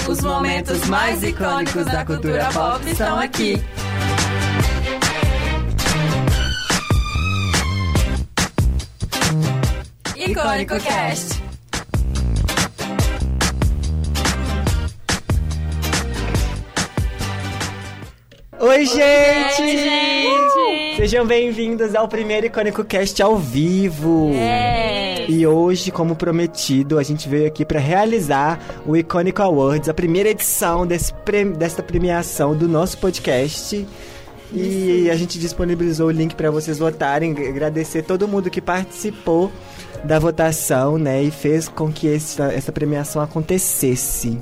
Os momentos mais icônicos da cultura pop estão aqui. Icônico Cast. Oi, gente! Sejam bem-vindos ao primeiro Icônico Cast ao vivo. E hoje, como prometido, a gente veio aqui para realizar o Icônico Awards, a primeira edição desta premiação do nosso podcast. E a gente disponibilizou o link para vocês votarem. Agradecer todo mundo que participou da votação, né? E fez com que essa premiação acontecesse.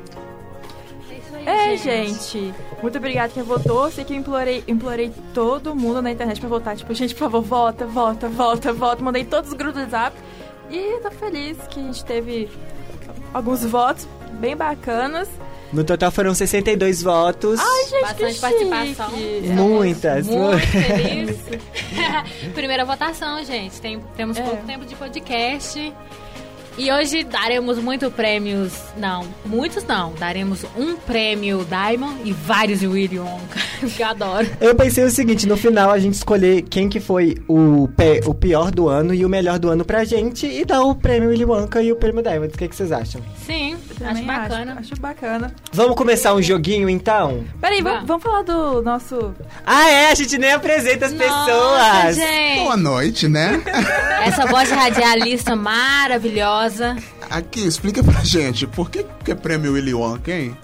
Gente, muito obrigada quem votou. Sei que eu implorei todo mundo na internet pra votar. Tipo, gente, por favor, vota. Mandei todos os grupos do WhatsApp. E tô feliz que a gente teve alguns votos bem bacanas. No total foram 62 votos. Ai, gente, bastante participação. Muitas. Muito feliz. Primeira votação, gente. Temos pouco tempo de podcast. E hoje daremos muitos prêmios. Muitos não. Daremos um prêmio Diamond e vários Willy Wonka, que eu adoro. Eu pensei o seguinte, no final a gente escolher quem que foi o pior do ano e o melhor do ano pra gente e dar o prêmio Willy Wonka e o prêmio Diamond. O que vocês acham? Sim, acho bacana. Acho bacana. Vamos começar um joguinho, então? Peraí, vamos falar do nosso... A gente nem apresenta as pessoas. Gente. Boa noite, né? Essa voz de radialista maravilhosa. Aqui, explica pra gente, por que é prêmio Willy Wonka, hein?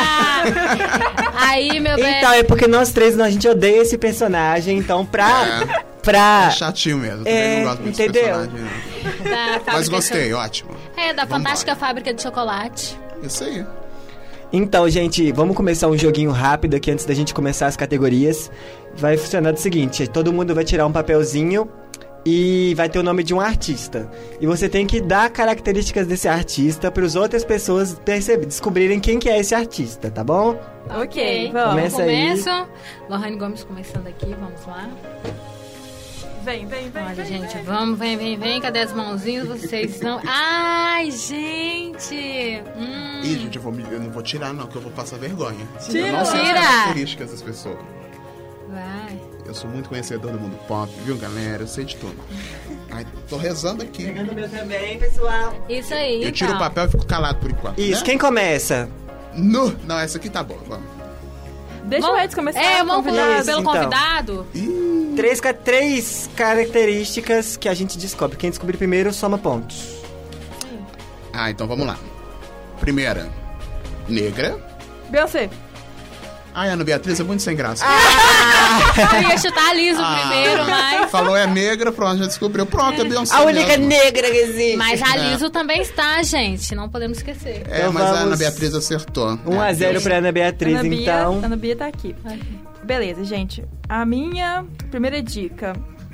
Aí, meu bem. Então, é porque nós três, a gente odeia esse personagem, então É chatinho mesmo, também não gosto muito desse personagem. Mas gostei, ótimo. Da Fantástica Fábrica de Chocolate. Isso aí. Então, gente, vamos começar um joguinho rápido aqui antes da gente começar as categorias. Vai funcionar do seguinte, todo mundo vai tirar um papelzinho e vai ter o nome de um artista. E você tem que dar características desse artista para as outras pessoas descobrirem quem que é esse artista, tá bom? Ok, vamos. Começa aí. Lohane Gomes começando aqui, vamos lá. Vem. Olha, gente, vamos, vem. Cadê as mãozinhas? Vocês estão... Ai, gente! Ih, gente, eu não vou tirar, não, que eu vou passar vergonha. Tira! Eu não sei as características das pessoas. Vai. Eu sou muito conhecedor do mundo pop, viu, galera? Eu sei de tudo. Ai, tô rezando aqui. Pegando o meu também, pessoal. Isso aí, Eu tiro o papel e fico calado por enquanto, Isso, né? Quem começa? Não, essa aqui tá boa, vamos. Deixa o Edson começar. Vamos Isso, pelo então. convidado. Três características que a gente descobre. Quem descobrir primeiro soma pontos. Então vamos lá. Primeira, negra. Beyoncé. Ai, Ana Beatriz é muito sem graça. Eu ia chutar a Liso primeiro, mas... Falou é negra, pronto, já descobriu. Pronto, é Beyoncé A única mesmo. negra que existe. Mas a Liso também está, gente. Não podemos esquecer. Então Mas a Ana vamos- Beatriz acertou. 1-0 pra Ana Beatriz, então. Ana Bia tá aqui. Beleza, gente. A minha primeira dica.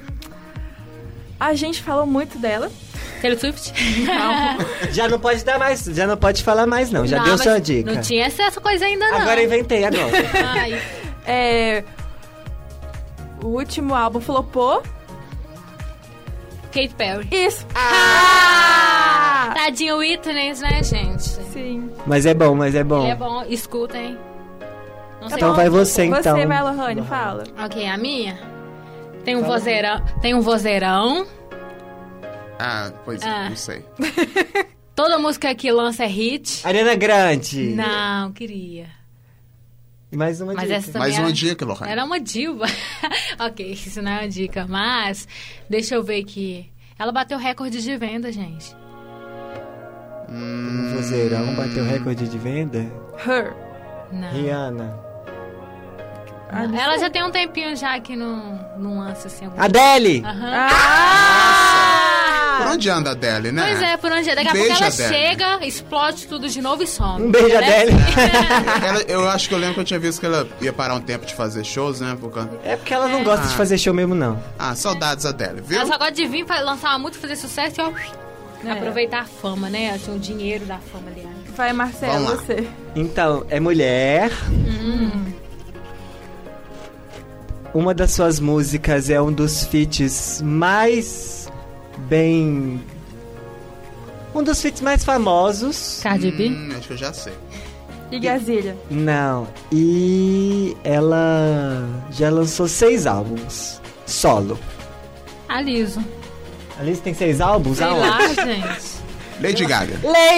A gente falou muito dela. Taylor Swift? Já não pode dar mais, já não pode falar mais não, já Não, deu mas sua dica. Não tinha essa coisa ainda, não. Agora inventei, agora. Ai, O último álbum flopou. Katy Perry. Isso. Tadinho Whitney, né, gente? Sim. Mas é bom. Ele é bom, escutem. Não sei Então qual- vai você, então. Você vai, Lohane, fala. Ok, a minha? Tem um vozeirão. Pois é, não sei. Toda música que lança é hit. Ariana Grande. Não, queria. Mais uma Mas dica. essa também Mais uma dica, Lohane. Era uma diva. Ok, isso não é uma dica. Mas, deixa eu ver aqui. Ela bateu recorde de venda, gente. Um vozeirão bateu recorde de venda? Her. Não. Rihanna. Não. Ela já tem um tempinho já que não lança assim. Adele! Aham. Por onde anda a Adele, né? Pois é, por onde é. Daqui a Beijo, pouco ela Adele. chega, explode tudo de novo e some. Um beijo, Né? Adele. Eu acho que eu lembro que eu tinha visto que ela ia parar um tempo de fazer shows, né? É porque ela não gosta de fazer show mesmo, não. Saudades Adele, viu? Ela só gosta de vir, lançar uma música, fazer sucesso e aproveitar a fama, né? Assim, o dinheiro da fama, aliás. Vai, Marcelo, Vamos lá. você. Então, é mulher. Uma das suas músicas é um dos feats mais um dos feats mais famosos. Cardi B? Acho que eu já sei. Iggy Azalea. Não. E ela já lançou 6 álbuns. Solo. A Lizzo. A Lizzo tem 6 álbuns? Sei lá, gente. Lady Gaga. Lady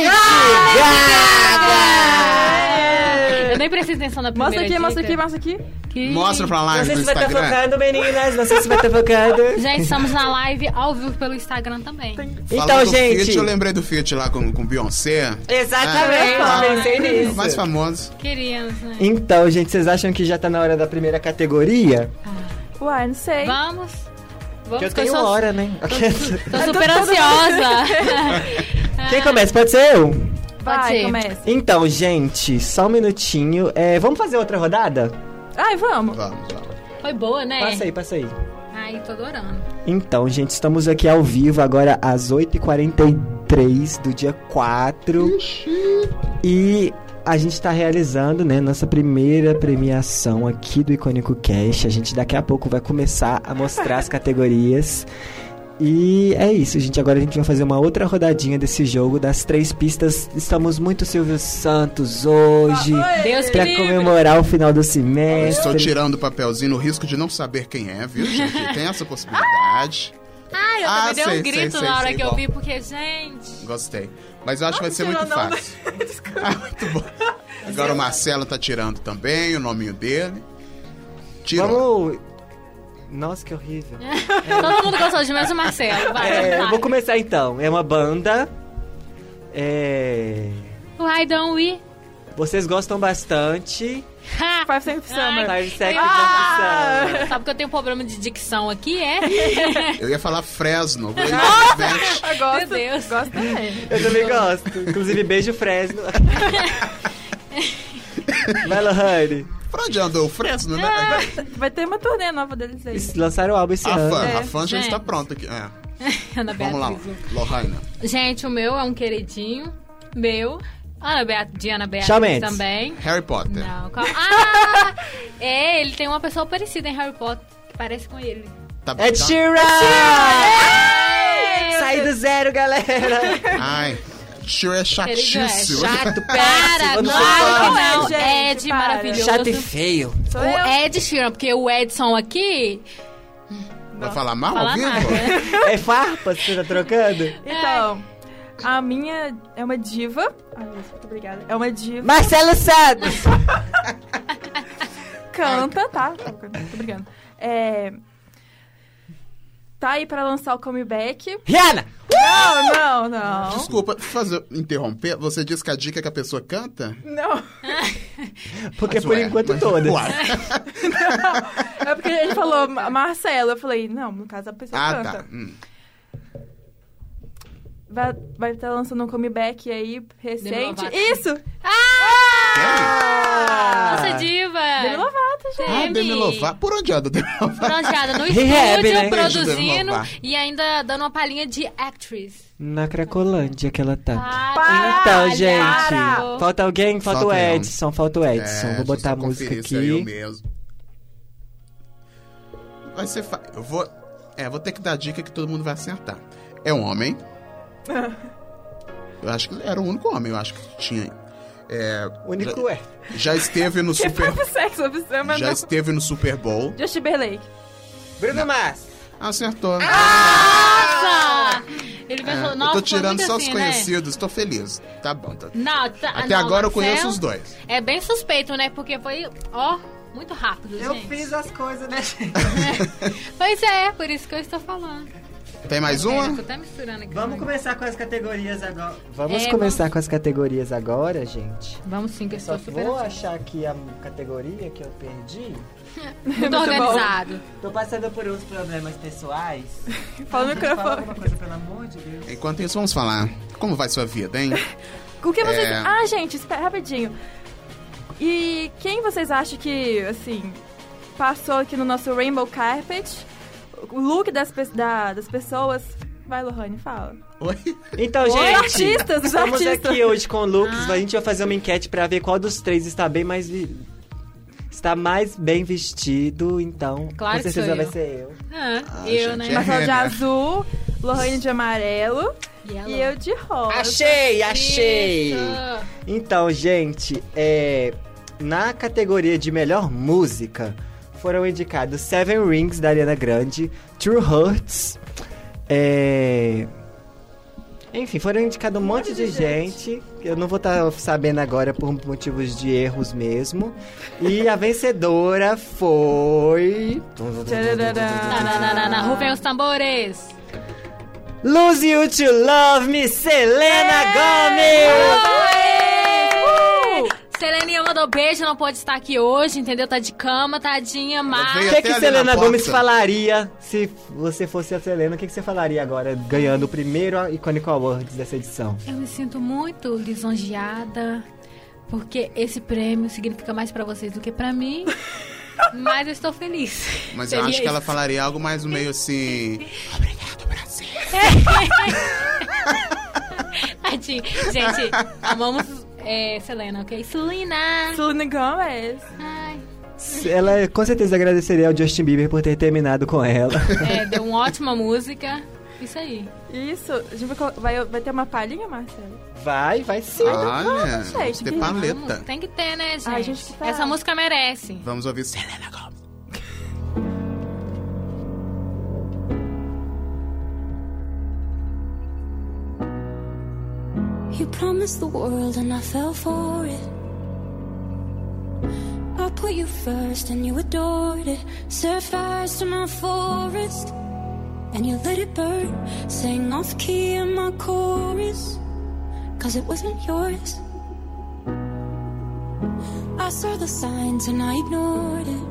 Gaga! Eu nem prestei atenção na primeira dica. Mostra aqui. Mostra pra live do Instagram. Não sei se vai estar focando, meninas. Não sei se vai estar focando. Gente, estamos na live ao vivo pelo Instagram também. Então, gente... Feat, eu lembrei do feat lá com Beyoncé. Exatamente, pensei nisso. Mais famoso. Queríamos, né? Então, gente, vocês acham que já tá na hora da primeira categoria? Uai, não sei. Vamos. Que eu tenho hora, né? Tô super ansiosa. Quem começa? Pode ser eu? Vai, começa. Então, gente, só um minutinho. Vamos fazer outra rodada? Ai, vamos. Foi boa, né? Passa aí. Ai, tô adorando. Então, gente, estamos aqui ao vivo agora às 8h43 do dia 4. E a gente tá realizando, né, nossa primeira premiação aqui do Icônico Cast. A gente daqui a pouco vai começar a mostrar as categorias. E é isso, gente. Agora a gente vai fazer uma outra rodadinha desse jogo das 3 pistas. Estamos muito Silvio Santos hoje. Deus pra comemorar o final do semestre. Estou tirando o papelzinho no risco de não saber quem é, viu, gente? Tem essa possibilidade. Ai, eu também dei um grito na hora que eu vi, porque, gente... Gostei. Mas eu acho que vai ser muito fácil. Muito bom. Agora o Marcelo tá tirando também o nominho dele. Tirou. Vamos... Nossa, que horrível. Todo mundo gostou de menos o Marcelo. Vai. Eu vou começar então. É uma banda. Why don't we? Vocês gostam bastante. 5 Seconds of Summer. 5 Seconds of Summer. Sabe que eu tenho um problema de dicção aqui, Eu ia falar Fresno. Eu gosto. Meu Deus. Gosto também. Eu também gosto. Inclusive, beijo Fresno. Vai, Lohane. Pra onde andou o Fresno, né? Vai ter uma turnê nova deles aí. Lançaram o álbum esse ano. A fã já está pronta aqui. Ana Vamos lá, Lohane. Gente, o meu é um queridinho. Meu. Diana Beatriz Shawn Mendes. também. Harry Potter. Não, calma. Ele tem uma pessoa parecida em Harry Potter, que parece com ele. Tá Ed Sheeran! Sai do zero, galera! Ai, Sheeran é chatíssimo. Chato, Cara, não, Ed maravilhoso. Chato e feio. O Ed Sheeran, porque o Edson aqui... Vai falar mal Fala ao vivo? nada. É farpa que você tá trocando? Então, a minha é uma diva. Ai, muito obrigada. É uma diva. Marcelo Santos! Canta, tá? Tô brincando. Tá aí pra lançar o comeback. Rihanna! Não. Desculpa, interromper. Você disse que a dica é que a pessoa canta? Não. Porque por enquanto todas. Não. É porque ele falou Marcelo. Eu falei, não, no caso a pessoa canta. Tá. Vai estar lançando um comeback aí recente. Isso! Nossa, diva! Demi Lovato, gente. Demi Lovato. Por onde anda Demi Lovato? Por onde anda? No Rehab, estúdio, né? produzindo e ainda dando uma palhinha de actress. Na Cracolândia que ela tá. Para, Então, gente, para. falta alguém? Falta o eu. Edson. Falta o Edson. Vou botar a música Se eu aqui. mesmo. Vai ser eu vou ter que dar a dica que todo mundo vai acertar. É um homem. Eu acho que era o único homem. Eu acho que tinha. Único já esteve no Super. Já esteve no Super Bowl. Justin Timberlake. Bruno Mars. Acertou. Nossa! Ele pensou, nossa, eu tô tirando só assim, os conhecidos, tô feliz. Tá bom. Até não, agora eu Marcel, conheço os dois. É bem suspeito, né? Porque foi, muito rápido, Eu gente. fiz as coisas, né, gente? Pois é, por isso que eu estou falando. Tem mais uma? Tô até misturando aqui. Vamos começar com as categorias agora. Vamos começar com as categorias agora, gente. Vamos sim, que eu Só estou super vou achar aqui a categoria que eu perdi. muito organizado. Tô passando por uns problemas pessoais. Fala no microfone. Fala alguma coisa, pelo amor de Deus. Enquanto isso, vamos falar. Como vai sua vida, hein? O que vocês... gente, espera rapidinho. E quem vocês acham que, assim, passou aqui no nosso Rainbow Carpet? O look das pessoas... Vai, Lohane, fala. Oi? Então, Oi, gente, artistas. aqui hoje com looks. A gente vai fazer uma enquete pra ver qual dos três está bem mais... Está mais bem vestido, então... Claro com certeza que sou vai eu. ser eu. Eu, né? Marcelo de azul, Lohane de amarelo. E eu de rosa. Achei! Isso. Então, gente, na categoria de melhor música, foram indicados Seven Rings, da Ariana Grande, True Hurts, enfim, foram indicados um monte de gente. Eu não vou estar sabendo agora por motivos de erros mesmo. E a vencedora foi... Rufem os tambores. Lose You to Love Me, Selena Gomez! Seleninha mandou beijo, não pode estar aqui hoje, entendeu? Tá de cama, tadinha, mas... O que Selena Gomez falaria se você fosse a Selena? O que você falaria agora, ganhando o primeiro Iconic Awards dessa edição? Eu me sinto muito lisonjeada, porque esse prêmio significa mais pra vocês do que pra mim, mas eu estou feliz. Mas eu acho que ela falaria algo mais no meio assim... Obrigado, Brasil. Tadinho. Gente, amamos... Selena, ok? Selena Gomez. Ai. Ela com certeza agradeceria ao Justin Bieber por ter terminado com ela. Deu uma ótima música. Isso aí. Isso. A gente vai ter uma palhinha, Marcelo? Vai sim. Olha, gente, tem paleta. Vamos, tem que ter, né, gente? Ai, gente que tá... Essa música merece. Vamos ouvir Selena Gomez. You promised the world and I fell for it. I put you first and you adored it. Set fires to my forest and you let it burn. Sang off key in my chorus, 'cause it wasn't yours. I saw the signs and I ignored it.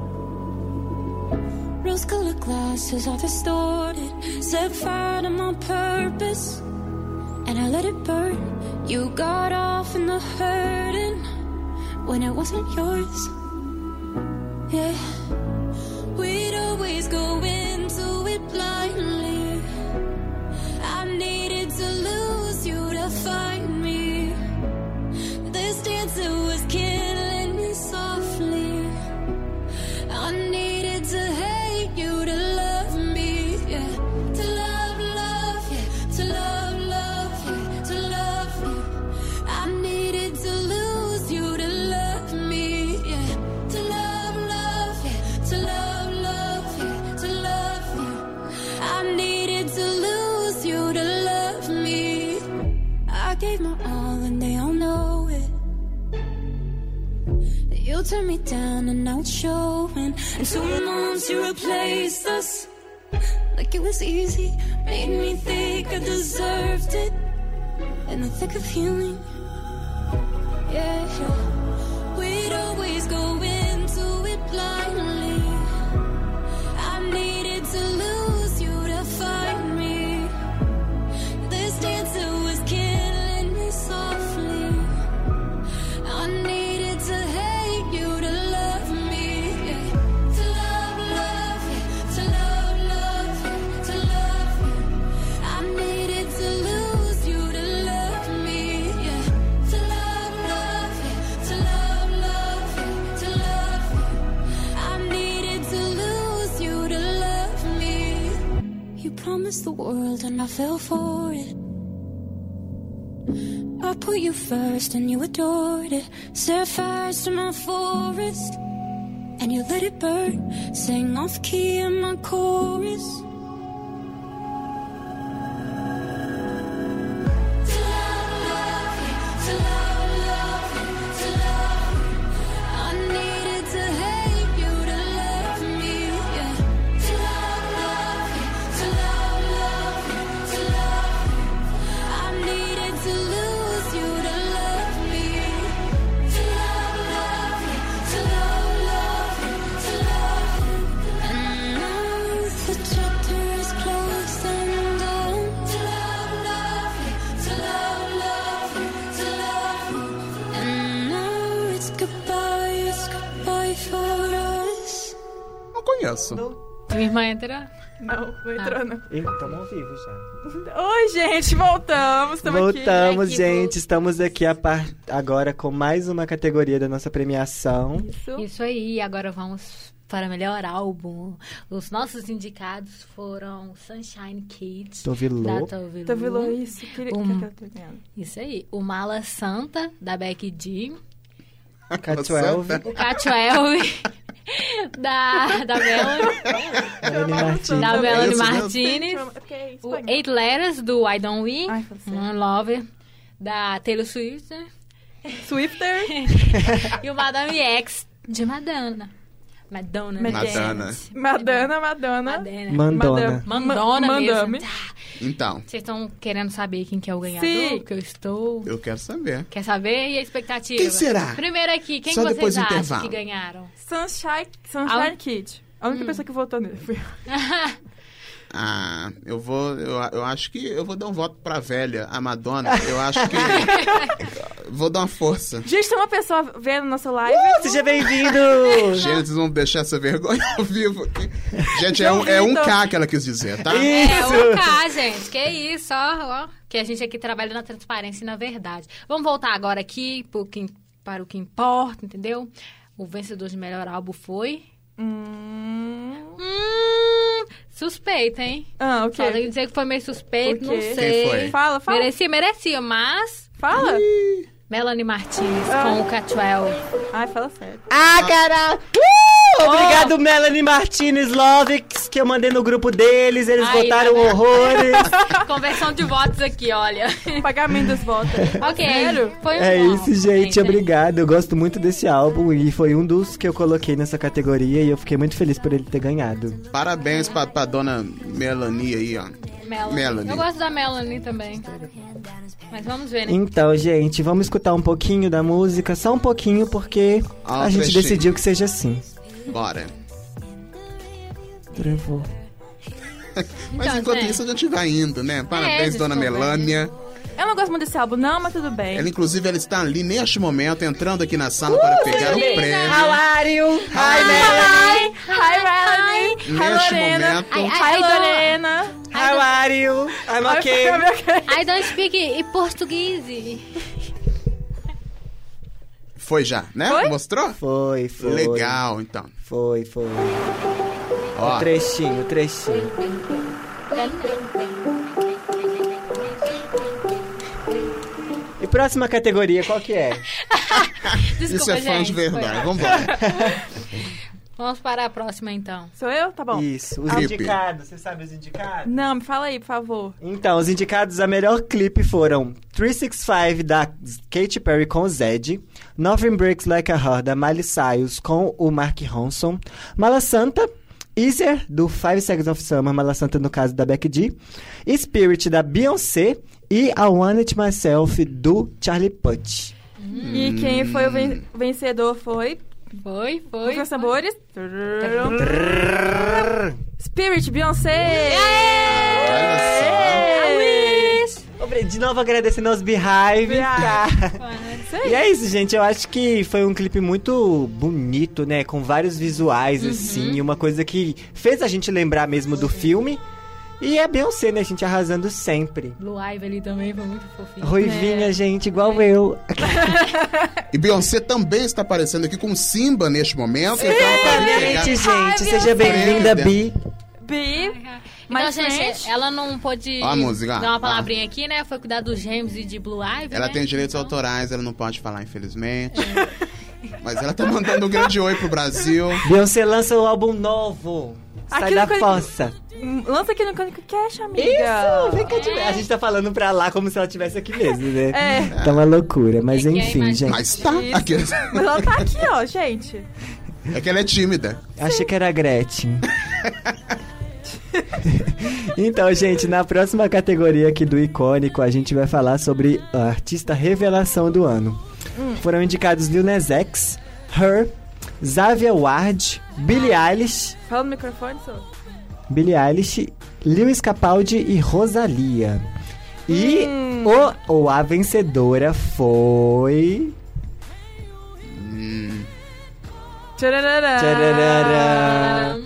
Rose-colored glasses are distorted. Set fire to my purpose and I let it burn. You got off in the hurting when it wasn't yours. Yeah, we'd always go into it blindly. I needed to lose you to find me. This dancer was killing me softly. I needed to hate you to love me. Yeah, to love, yeah, to love. Gave my all and they all know it. You turned me down and now it's showing. In 2 months you replaced us like it was easy. Made me think I deserved it in the thick of healing. Yeah, we'd always go into it blindly. I needed to lose you to find me. This dancer was killing me softly. I needed to hate you to love me. Yeah. To love, yeah. To love, yeah. To love you. I needed to lose you to love me. Yeah. To love, yeah. To love, yeah. To love you. I needed to lose you to love me. You promised the world and I fell for it. I put you first and you adored it. Set fires to my forest and you let it burn. Sang off key in my chorus. To love, to love, to love. I needed to hate you to love me. Yeah. To love, to love, to love. I needed to lose you to love me. To love, to love, to love. And now the chapter is closed and done. To love, to love, to love. And now it's goodbye for us. Não conheço. Minha irmã entra. Não entrou não. Estamos ao vivo já. Oi, gente, voltamos. Voltamos, aqui. gente. Estamos aqui agora com mais uma categoria da nossa premiação. Isso aí, agora vamos para melhor álbum. Os nossos indicados foram Sunshine Kid, Tovilo. da Tovilo, isso. Que eu tô ganhando. Isso aí. O Mala Santa, da Becky G. O K-12. O K-12, da Melanie Martinez. O 8 Letters, do I Don't We. One Lover, da Taylor Swift. Swifter. E o Madame X, de Madonna. Madonna. Mesmo. Então. Vocês estão querendo saber quem que é o ganhador? Sim. Eu quero saber. Quer saber? E a expectativa? Quem será? Primeiro aqui, quem Só que depois vocês do acham intervalo. que ganharam? Sunshine Kid. A única pessoa que votou nele fui eu. Eu acho que eu vou dar um voto pra velha, a Madonna. Eu acho que vou dar uma força. Gente, tem uma pessoa vendo nosso live. Seja bem-vindo! Gente, vocês vão deixar essa vergonha ao vivo aqui. Gente, é um K que ela quis dizer, tá? É, um K, gente. Que isso, ó. Que a gente aqui trabalha na transparência e na verdade. Vamos voltar agora aqui para o que importa, entendeu? O vencedor de melhor álbum foi... suspeita, hein? O quê? Só tem que dizer que foi meio suspeito, não sei. Quem foi? Fala. Merecia, mas... Fala. Melanie Martinez com o K-12. Ai, fala sério. Caralho! Obrigado, Melanie Martinez Lovix, que eu mandei no grupo deles. Eles votaram horrores. Conversão de votos aqui, olha. Pagamento dos votos. Ok. Sério? Foi um É bom, isso, gente. Obrigado. Eu gosto muito desse álbum e foi um dos que eu coloquei nessa categoria e eu fiquei muito feliz por ele ter ganhado. Parabéns pra dona Melanie aí, ó. Melanie. Eu gosto da Melanie também. Mas vamos ver, né? Então, gente, vamos escutar um pouquinho da música, só um pouquinho, porque a gente decidiu que seja assim. Bora. Travou. Mas Então, enquanto gente. isso a gente vai indo, né? Parabéns, dona desculpa, Melania. Eu não gosto muito desse álbum, não, mas tudo bem. Ela, inclusive, ela está ali neste momento, entrando aqui na sala para pegar o prêmio. How are you? Hi, Melanie. Hi, Melanie. Hi, Neste Lorena. momento. Hi, Lorena. How are you? I'm okay. I don't speak português. Foi já, né? Foi? Mostrou? Foi. Legal, então. Foi. Ó, O trechinho. E próxima categoria, qual que é? Desculpa, isso é fã gente, de foi verdade. mal. Vambora. Vamos para a próxima, então. Sou eu? Tá bom. Isso, os Clipe. indicados. Você sabe os indicados? Não, me fala aí, por favor. Então, os indicados a melhor clipe foram 365 da Katy Perry com o Zed, Nothing Breaks Like a Heart da Miley Cyrus com o Mark Ronson, Mala Santa, Easier do 5 Seconds of Summer, Mala Santa no caso da Becky G, Spirit da Beyoncé e I Want It Myself do Charlie Puth. E quem foi o vencedor foi... Foi. Os sabores. Spirit, Beyoncé! De novo agradecendo aos Beehive. E é isso, gente. Eu acho que foi um clipe muito bonito, né? Com vários visuais, assim. Uma coisa que fez a gente lembrar mesmo do filme. E a Beyoncé, né, gente? Arrasando sempre. Blue Ivy ali também foi muito fofinho. Ruivinha, gente, igual eu. E Beyoncé também está aparecendo aqui com Simba neste momento. Então ela tá vindo pegar... Gente, seja bem-vinda, Bi. Então, gente, ela não pôde Ó a música, dar uma palavrinha aqui, né? Foi cuidar dos gêmeos e de Blue Ivy, Ela né? tem direitos autorais, ela não pode falar, infelizmente. Mas ela tá mandando um grande oi pro Brasil. Beyoncé lança um álbum novo. Sai Aqui da no fossa. Lança aqui no Cônico Cash, amiga. Isso, vem cá de... A gente tá falando pra lá como se ela estivesse aqui mesmo, né? Tá uma loucura, mas Ninguém enfim, imagina. gente. Mas tá. Aqui. Mas ela tá aqui, ó, gente. É que ela é tímida. Achei que era a Gretchen. Então, gente, na próxima categoria aqui do Icônico, a gente vai falar sobre a artista revelação do ano. Foram indicados Lil Nas X, Her, Xavier Ward, Billie Eilish, Fala no microfone, só. Billie Eilish, Lewis Capaldi e Rosalia. E a vencedora foi... Tchararara. Tchararara.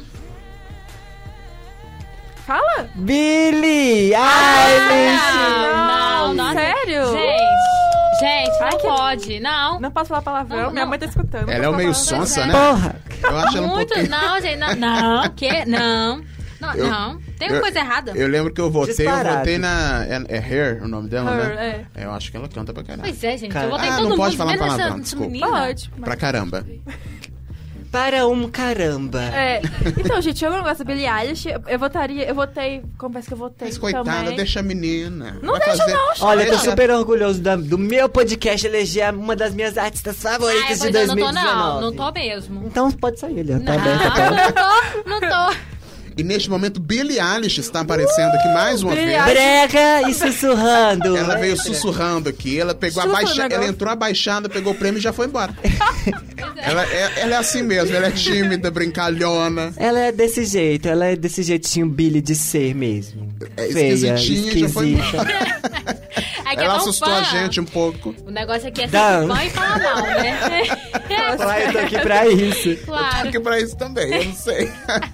Fala. Billie Eilish! Não, sério? Gente, Ai, não que- pode, não. Não posso falar palavrão, Não, minha não. mãe tá escutando. Ela é o meio sonsa, né? Porra! Eu acho ela um Muito. pouquinho... Não, gente. Não. Que? Não. Não. Tem uma coisa errada. Eu lembro que eu votei na... É Her o nome dela, Her, né? Eu acho que ela canta pra caralho. Pois é, gente. Eu votei em Ah, todo não mundo. pode falar menos palavrão, essa desculpa. menina. Pode. Pra caramba. Para caramba. Então, gente, eu não gosto da Billie Eilish. Eu votei... Confesso que eu votei Mas coitada, também. deixa a menina. Não Vai deixa fazer... não, Olha, eu tô Deixa. super orgulhoso do meu podcast eleger uma das minhas artistas favoritas Pois de eu não tô, 2019. não tô mesmo. Então pode sair, ele tá aberto. Não tô. E neste momento, Billie Eilish está aparecendo aqui mais uma Billie vez. Brega e sussurrando. Ela veio sussurrando aqui. Ela pegou a baixada, ela entrou abaixada, pegou o prêmio e já foi embora. ela é assim mesmo, ela é tímida, brincalhona. Ela é desse jeito, ela é desse jeitinho Billie de ser mesmo. É Feia, esquisitinha e já foi esquisita. É que Ela é tão assustou fã. a gente um pouco. O negócio aqui é Dan. ser fã e falar mal, né? Vai, eu tô aqui pra isso. Eu tô Claro. aqui pra isso também, eu não sei.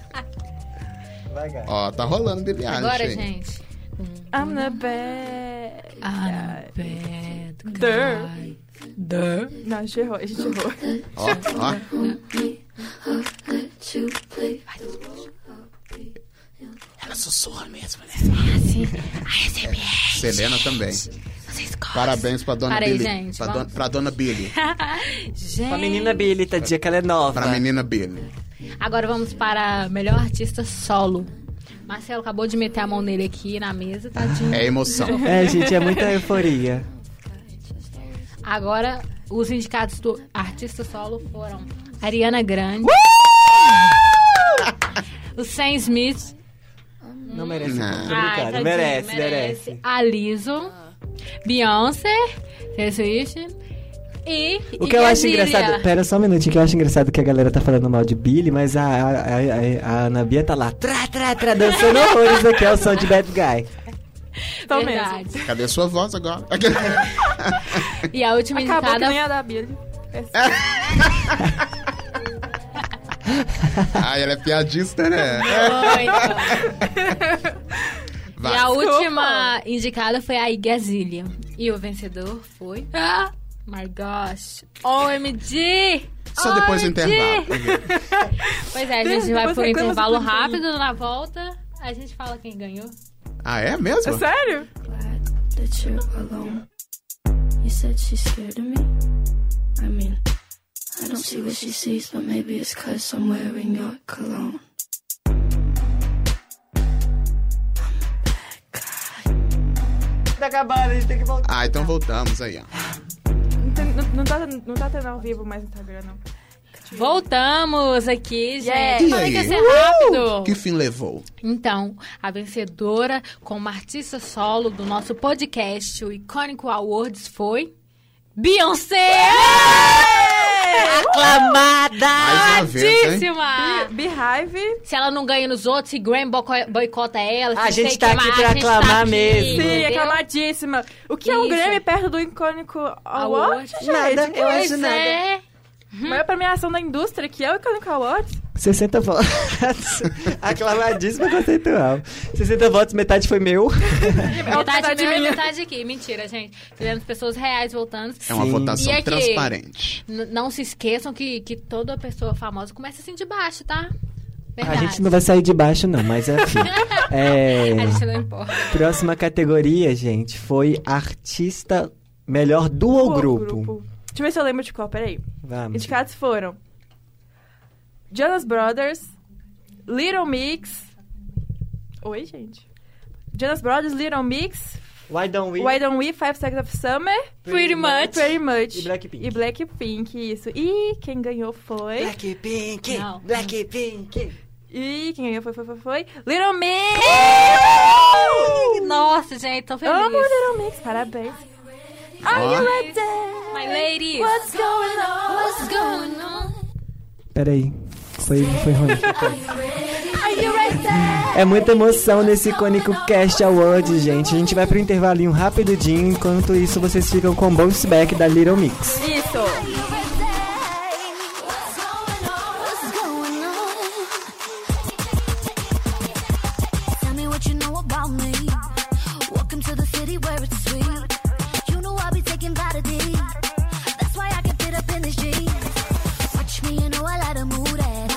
Vai, Ó, tá rolando Billie Eilish. Agora, aí. gente. I'm the bad. Não, a gente errou. Ó, ó. Ela sussurra mesmo, né? Assim, a SMR. Selena também. Vocês gostam? Parabéns pra dona Parei, Billie. gente, Pra, vamos. pra dona Billie. Gente. A menina Billie, tadinha, que ela é nova. Pra menina Billie. Agora vamos para melhor artista solo. Marcelo acabou de meter a mão nele aqui na mesa, tadinho. É emoção. É, gente, é muita euforia. Agora, os indicados do artista solo foram Ariana Grande, o Sam Smith, Não merece, Não. tô brincando. tadinho, merece. a Lizzo, Beyoncé, Taylor Swift e O que eu acho Igazília. engraçado... Pera só um minutinho, que eu acho engraçado que a galera tá falando mal de Billie, mas a Ana Bia tá lá, dançando horrores aqui, é o som de Bad Guy. Tô mesmo. Verdade. Cadê sua voz agora? E a última Acabou que indicada nem a da Billie. Ai, ela é piadista, né? foi, então. Vai. E a última indicada foi a Igazília. E o vencedor foi... Ah, my gosh. OMG! Só depois do OMG. intervalo. Pois é, a gente vai Depois por reclama intervalo tudo. rápido. Na volta, a gente fala quem ganhou. Ah, é mesmo? É sério? That you're alone. You said she's scared of me. I mean, I don't see what she sees, but maybe it's 'cause I'm wearing your cologne. Tá acabando, a gente tem que voltar. Ah, então voltamos aí, ó. Não tá tendo ao vivo mais no Instagram, não. Voltamos aqui, gente. Yeah. E Falei aí? que ia ser rápido. Que fim levou? Então, a vencedora como artista solo do nosso podcast, o Icônico Awards, foi... Beyoncé! Aclamada! Mais uma vez, hein? Aclamadíssima! Beehive. Se ela não ganha nos outros, se Graham boicota ela... A se gente sei tá que aqui mais, pra a gente aclamar aqui, mesmo. Sim, entendeu? aclamadíssima. O que é um Isso. Grammy perto do icônico Award, Award. gente? Nada, eu acho Pois nada. é. A maior premiação da indústria, que é o Icônico Award. 60 votos. Aclamadíssima conceitual. 60 votos, metade foi meu. Metade meu e minha. metade aqui. Mentira, gente. Tivemos pessoas reais votando. É uma Sim. votação E aqui? transparente. Não se esqueçam que toda pessoa famosa começa assim de baixo, tá? A Verdade. gente não vai sair de baixo, não, mas enfim. A gente não importa. Próxima categoria, gente, foi artista melhor duo ou grupo. Deixa eu ver se eu lembro de qual, peraí. Vamos. Indicados foram Jonas Brothers, Little Mix. Oi, gente. Jonas Brothers, Little Mix, Why Don't We? Why Don't We, 5 Seconds of Summer, Pretty Much. Pretty Much. E Blackpink. E Blackpink, isso. E quem ganhou foi... Blackpink, Não. Blackpink. E quem ganhou foi Little Mix! Nossa, gente, tô feliz. Amo Little Mix, parabéns. Are Ó. you ready? My ladies. What's going on? What's going on? Peraí, foi ruim. Are you ready? É muita emoção nesse icônico Cast Awards, gente. A gente vai pro intervalinho rapidinho, enquanto isso vocês ficam com o bounce back da Little Mix. Isso. Tell me what you know about me. Welcome to the city where it's sweet. You know I'll be taking Vitamin. That's why I can fit up in this jeans. Watch me, you know I like to move that.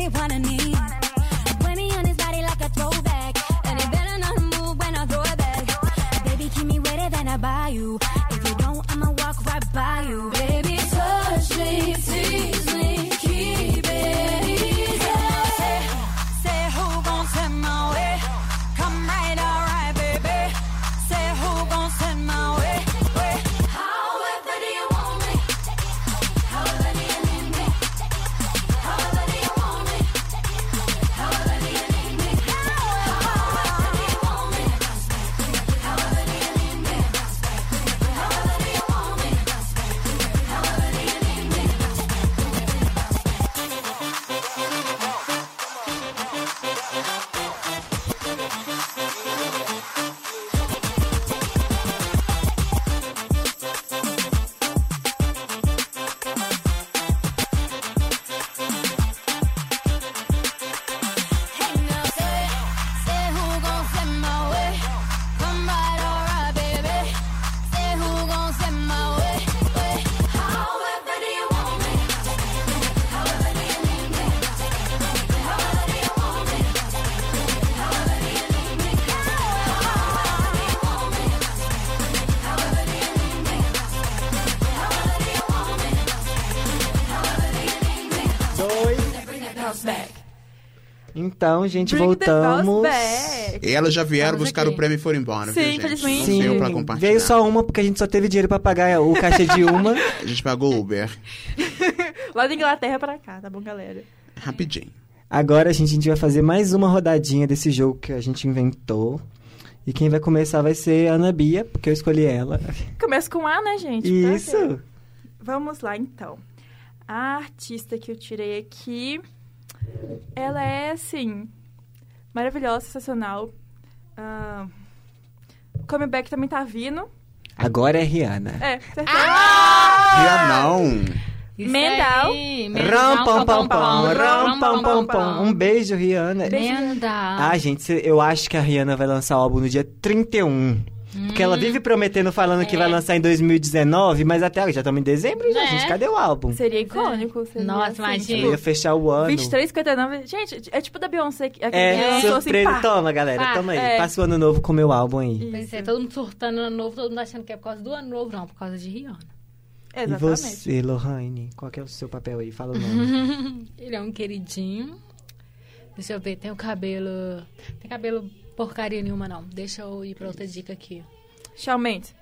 me wanna need. Put me on his body like a throwback, and he better not move when I throw it back. Baby, keep me wetter than I buy you. If you don't, I'ma walk right by you. Baby, touch me, tease me, keep it easy. Say who gon' send my way? Come right, alright, baby. Say who gon' send my way? However do you want me? However do you need me? However do you want me? However do you need me? However do you want me? However do you need me? However do you want me? However do you need me? Hey now, say who gon' send my way? Come right, alright, baby. Say who gon' send my way? However do you want me? However do you need me? However do you want me? However do you need me? However do you want me? However do you need me? However do you want me? However do you need me? Dois. Bring that house back. Então, gente, Bring the house voltamos. back. E elas já vieram Estamos buscar aqui. o prêmio e foram embora, Sim, viu, gente? infelizmente. Não Sim, deu pra compartilhar. veio só uma porque a gente só teve dinheiro pra pagar o caixa de uma. A gente pagou o Uber. Lá da Inglaterra pra cá, tá bom, galera? Rapidinho. Agora a gente vai fazer mais uma rodadinha desse jogo que a gente inventou. E quem vai começar vai ser a Ana Bia, porque eu escolhi ela. Começa com A, né, gente? Pra quê? Isso! Vamos lá, então. A artista que eu tirei aqui, ela é, assim, maravilhosa, sensacional. O comeback também tá vindo. Agora é Rihanna. É, certeza. Rihanão. Isso Mendal. aí, Ram, pam, pam, pam, ram, pam, pam, pam. pam. Um beijo, Rihanna. Mendal. Ah, gente, eu acho que a Rihanna vai lançar o álbum no dia 31. Porque ela vive prometendo, falando que vai lançar em 2019, mas até agora já estamos em dezembro já, É. gente. Cadê o álbum? Seria icônico. Seria, Nossa, assim, imagina. Eu ia fechar o ano. 23,59. Gente, é tipo da Beyoncé. Que É, lançou surpresa. assim, pá. Toma, galera, Pá, toma aí. é. Passa o ano novo com o meu álbum aí. Pois é, todo mundo surtando ano novo, todo mundo achando que é por causa do ano novo, não, por causa de Rihanna. E Exatamente. você, Lohane? Qual que é o seu papel aí? Fala o nome. Ele é um queridinho. Deixa eu ver, tem o cabelo... Tem cabelo porcaria nenhuma, não. Deixa eu ir pra outra dica aqui. Shawn Mendes.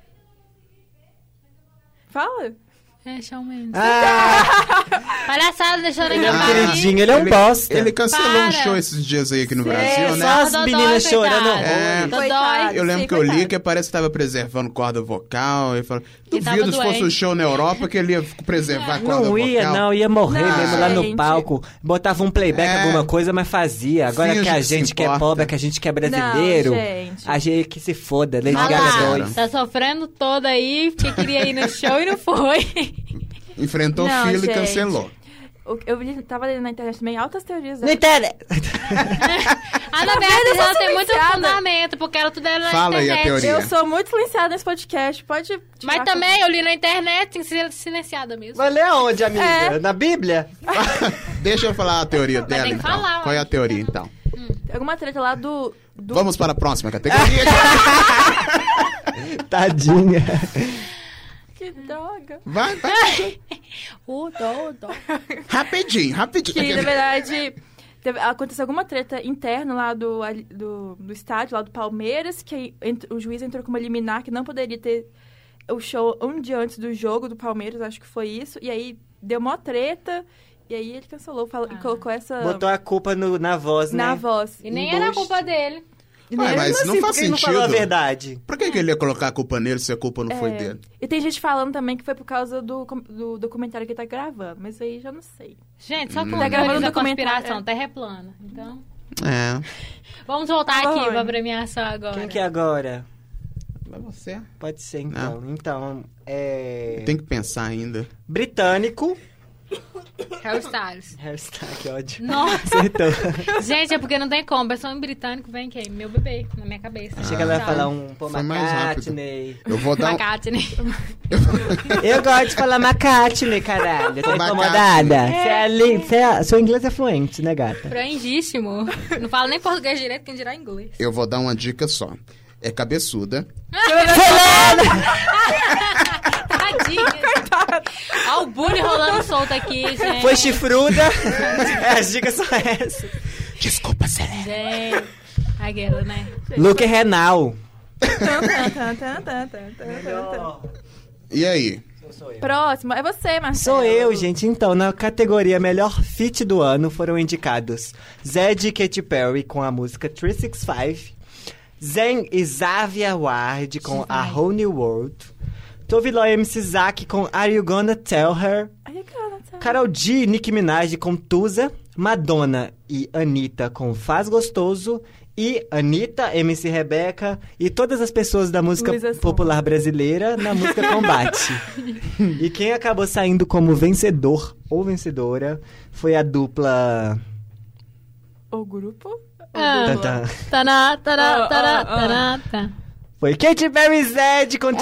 Fala. É, Shawn Mendes. Ah, Palhaçada, deixa eu ele é um lembrar aqui. queridinho, ele é um bosta. Ele cancelou um Para. show esses dias aí aqui no É, Brasil, né? só as Dodói, meninas chorando coitado. É. horrores. Coitado. Eu lembro Sim, que eu li coitado. que parece que estava preservando corda vocal. E falou, Ele tava duvido se fosse doente. um show na Europa que ele ia preservar a corda Não ia, vocal. não, ia morrer Não, mesmo lá no gente. palco. Botava um playback, É. alguma coisa, mas fazia. Agora Finge que a que se gente que é importa. pobre, que a gente que é brasileiro, Não, gente. a gente que se foda. Lady Olha Gaga lá. 2. Tá sofrendo toda aí, porque queria ir no show e não foi. Enfrentou Não, o fila e gente. cancelou. Tava lendo na internet também altas teorias. Não interessa. A Ana Beatriz, ela tem muito fundamento, porque ela tudo era na Fala aí a internet. teoria. Eu sou muito silenciada nesse podcast. Pode tirar Mas também eu li na internet, tem que ser silenciada mesmo. Vai ler aonde, amiga? É. Na Bíblia? Deixa eu falar a teoria dela, tem que então. falar, Qual é a ué. teoria, então? alguma treta lá do Vamos para a próxima categoria. Tadinha. Que droga. Vai. Dó. Rapidinho. Que, na verdade, aconteceu alguma treta interna lá do estádio, lá do Palmeiras, que o juiz entrou com uma liminar que não poderia ter o show um dia antes do jogo do Palmeiras, acho que foi isso. E aí, deu mó treta, e aí ele cancelou e colocou essa... Botou a culpa na voz, né? na voz. E nem era Embuste. culpa dele. Ué, mas não Assim, faz por que não falou a sentido. verdade? Por que ele ia colocar a culpa nele se a culpa não foi dele? E tem gente falando também que foi por causa do documentário que ele tá gravando, mas aí já não sei. Gente, só com Tá gravando teorias da documentário, conspiração, terra é plana. Então, É. vamos voltar Tá aqui bom. pra premiação agora. Quem que é agora? Mas você Pode ser, então. Então, é... tem que pensar ainda. Britânico, Harry Styles. Hairstyle, que ódio. Nossa. Acertou. Gente, é porque não tem como. Versão em britânico vem quem? Meu bebê, na minha cabeça. Achei que ela ia falar um Paul Foi mais McCartney. Eu vou dar McCartney. Eu gosto de falar McCartney, caralho. Tá incomodada? Seu inglês é fluente, né, gata? Franguíssimo. Não fala nem português direito, quem dirá inglês. Eu vou dar uma dica só. É cabeçuda. Tadinha. Olha o bullying rolando solto aqui, gente. Foi chifruda. As dicas são essas. Desculpa, Selena. Gente. Aquela, né? Luke Renal. E aí? Próximo, é você, Marcelo. Sou eu, gente. Então, na categoria Melhor Feat do Ano foram indicados Zed e Katy Perry com a música 365, Zayn e Xavier Ward com A Whole New World, Tove Lo e MC Zack com Are You Gonna Tell Her, Karol G e Nicki Minaj com Tusa, Madonna e Anitta com Faz Gostoso, e Anitta, MC Rebeca e todas as pessoas da música popular brasileira na música Combate. E quem acabou saindo como vencedor ou vencedora foi a dupla... O grupo? Foi Katy Perry Zed com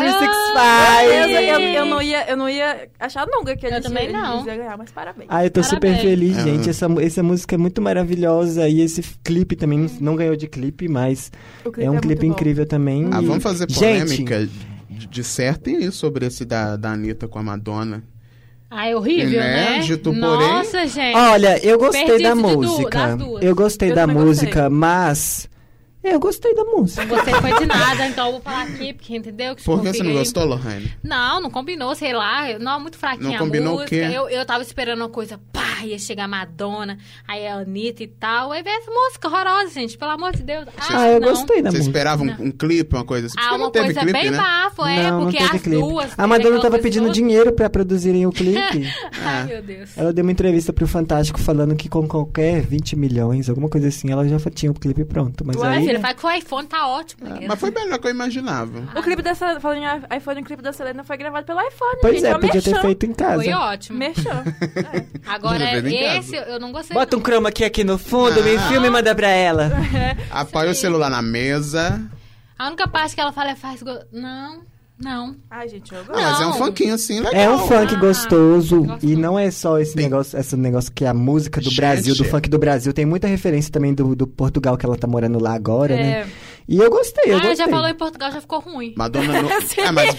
365. Eu não ia achar nunca que eles também não. ia ganhar, mas parabéns. Eu tô super Parabéns. feliz, gente. Essa música é muito maravilhosa. E esse clipe também, não ganhou de clipe, mas é um clipe incrível também. Vamos fazer polêmica. Dissertem sobre esse da Anitta com a Madonna. É horrível, né? Nossa, gente. Olha, eu gostei da das música. duas. Eu gostei da música, mas... Eu gostei da música. Você foi de nada, então eu vou falar aqui, porque entendeu? Que Por que você não gostou, Lohane? Não combinou, sei lá. Não, muito fraquinha Não combinou a música. o quê? Eu tava esperando uma coisa, ia chegar a Madonna, aí a Anitta e tal. Aí veio essa música horrorosa, gente, pelo amor de Deus. Eu gostei da Você música. esperava um clipe, uma coisa assim? Porque uma não teve coisa clipe, bem né? bafo, Não porque teve as clipe. duas... A Madonna tava aquelas pedindo pessoas- dinheiro pra produzirem o clipe. Ai, meu Deus. Ela deu uma entrevista pro Fantástico falando que com qualquer 20 milhões, alguma coisa assim, ela já tinha o clipe pronto. Mas Ué, aí... filha, faz que o iPhone tá ótimo. Mas foi melhor que eu imaginava. O clipe dessa... Falando em iPhone, o clipe da Selena foi gravado pelo iPhone, Pois gente. é, É um podia ter merchan. feito em casa. Foi ótimo. Merchan. Agora, Resolvido em casa. esse eu não gostei. Bota um chroma aqui no fundo, me filma e manda pra ela. Apoia o celular na mesa. A única parte que ela fala é faz... Não. Ai, gente, eu gosto. Mas é um Não. funkinho assim, legal. É um funk gostoso. gosto E muito. não é só esse negócio que é a música do Gente. Brasil, do funk do Brasil. Tem muita referência também do Portugal, que ela tá morando lá agora, né? É. E eu gostei, eu gostei. Já falou em Portugal, já ficou ruim. Madonna no... mas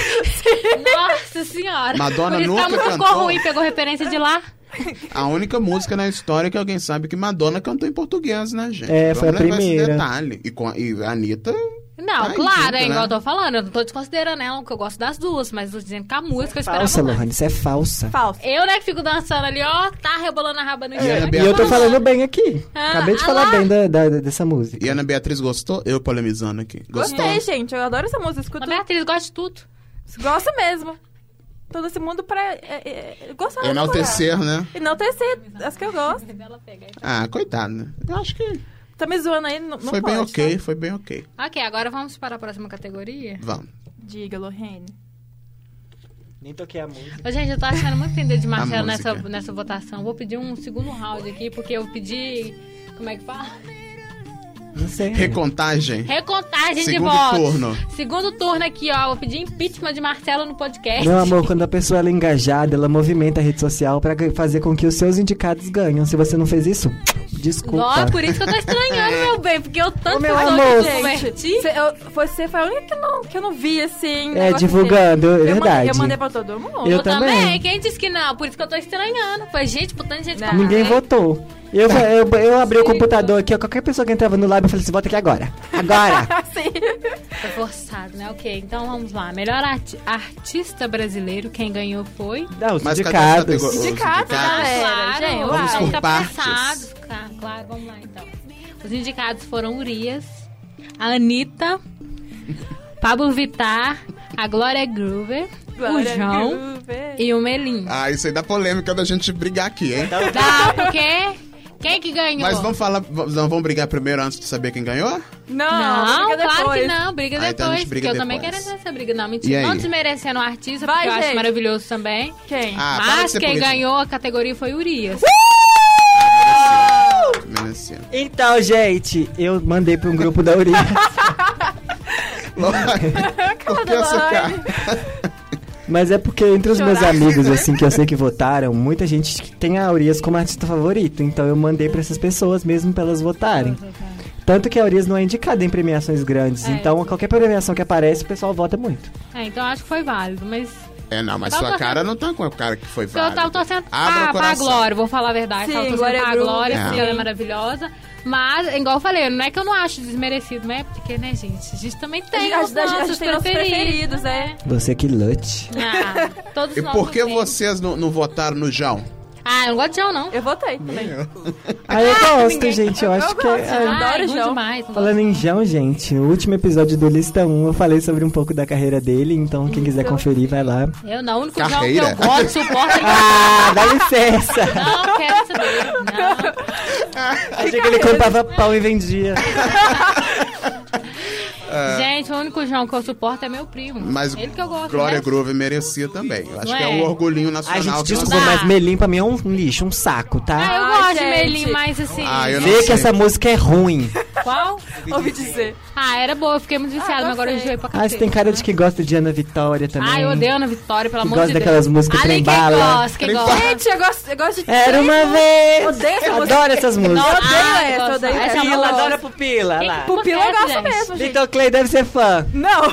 Nossa senhora. Madonna Por isso que nunca a música ficou cantou. ruim, pegou referência de lá. a única música na história que alguém sabe que Madonna cantou em português, né, gente? Foi a Vamos levar esse primeira. detalhe. E a Anitta... Não, Tá claro, junto, é igual né? eu tô falando. Eu não tô desconsiderando ela, porque eu gosto das duas, mas tô dizendo que a música eu esperava Falsa, mais. Lohane, isso é falsa. Falso. Eu, né, que fico dançando ali, ó, tá rebolando a raba no Ana chão. E eu tô falando bem aqui. Ah, Acabei de ah falar lá. bem dessa música. E a Ana Beatriz gostou? Eu polemizando aqui. Gostou? Gostei, gente. Eu adoro essa música. Escuto. A Beatriz gosta de tudo. Gosto mesmo. Todo esse mundo pra... gostar. Enaltecer, né? Enaltecer. As que eu gosto. Ah, coitado, né? Eu acho que Tá me zoando aí, não foi pode, bem ok, tá? foi bem ok. Ok, agora vamos para a próxima categoria. Vamos. Diga, Lohane. Nem toquei a música. Ô, gente, eu tô achando muito entender de Marcelo música. nessa votação. Vou pedir um segundo round aqui, porque eu pedi... Como é que fala? Não sei. Recontagem. Recontagem Segundo de votos. turno. Segundo turno aqui, ó. Vou pedir impeachment de Marcelo no podcast. Meu amor, quando a pessoa ela é engajada, ela movimenta a rede social pra fazer com que os seus indicados ganhem. Se você não fez isso, desculpa. Nossa, por isso que eu tô estranhando, meu bem. Porque eu tanto Ô, meu que eu amor, te converti. Você foi a única que eu não vi, assim... É, negócio divulgando, assim. é verdade. Eu mandei pra todo mundo. Eu Eu também. também. Quem disse que não? Por isso que eu tô estranhando. Foi gente, putando de gente Não. pra Ninguém caralho. votou. Eu abri o computador aqui, ó, qualquer pessoa que entrava no lab, eu falei assim, vota aqui agora. Agora! Sim. Foi forçado, né? Ok, então vamos lá. Melhor artista brasileiro, quem ganhou foi... Não, os Mas cadê indicados. os Sindicatos, galera. claro. Gente, Vamos uai. por Tá partes. pensados. Claro, vamos lá então. Os indicados foram Urias, a Anitta, Pablo Vittar, a Glória Groover, Glória o João Groover. e o Melim. Ah, isso aí dá polêmica da gente brigar aqui, hein? Dá, porque Quem que ganhou? Mas vamos brigar primeiro antes de saber quem ganhou? Não, briga claro depois. que não, briga depois. Então a gente briga porque eu depois. também quero essa briga. Não, mentira. Não desmerecendo o artista, Vai, porque eu gente. acho maravilhoso também. Quem? Mas quem ganhou a categoria foi Urias. Merecia. Então, gente, eu mandei pra um grupo da Urias. Por que essa cara? Mas é porque entre os meus amigos, assim, que eu sei que votaram, muita gente tem a Urias como artista favorito. Então eu mandei pra essas pessoas mesmo pra elas votarem. Tanto que a Urias não é indicada em premiações grandes. Então qualquer premiação que aparece, o pessoal vota muito. Então acho que foi válido, mas... Não, mas sua cara não tá com o cara que foi válido. Eu tava torcendo Abra o pra coração. Glória, vou falar a verdade. Sim, Tava torcendo Glória pra Groove, Glória, sim. porque ela é maravilhosa. Mas, igual eu falei, não é que eu não acho desmerecido, mas é porque, né, gente? A gente também tem A os gente tem nossos nossos preferidos, né? Você que lute. Todos E nós por que temos. vocês não votaram no João? Eu não gosto de João, não. Eu votei também. Eu gosto, gente. Eu acho que gosto, adoro é João. demais. Falando em João, gente, no último episódio do Lista 1 eu falei sobre um pouco da carreira dele, então quem quiser conferir, vai lá. Eu não, o único Carreira? João que eu gosto, suporto... Dá licença! Não, quero saber. Não. Achei que ele comprava pão e vendia. Gente, o único João que eu suporto é meu primo. Mas Ele que eu gosto. Glória né? Groove merecia também. Eu acho Não que é é? um orgulhinho Ai, nacional. gente, que nós desculpa, temos. mas Melim pra mim é um lixo, um saco, tá? Eu Ai, gosto de gente. Melim, mas assim... Eu não Vê sei. que essa música é ruim. Qual? Ouvi dizer. Era boa, eu fiquei muito viciada, mas agora eu gostei. enjoei pra Ah, cacete. você tem cara de que gosta de Ana Vitória também. Eu odeio Ana Vitória, pelo Que amor gosta de Deus. daquelas músicas Ali trem quem bala. gosta, quem Trem gosta. Gente, eu gosto de... Era uma vez! Odeio essa música. Adoro essas músicas. Eu odeio Ah, essa, gosto. eu odeio Essa essa. música. Adora Pupila, lá. Pupila eu gosto gente. mesmo, gente. Victor Clay deve ser fã. Não.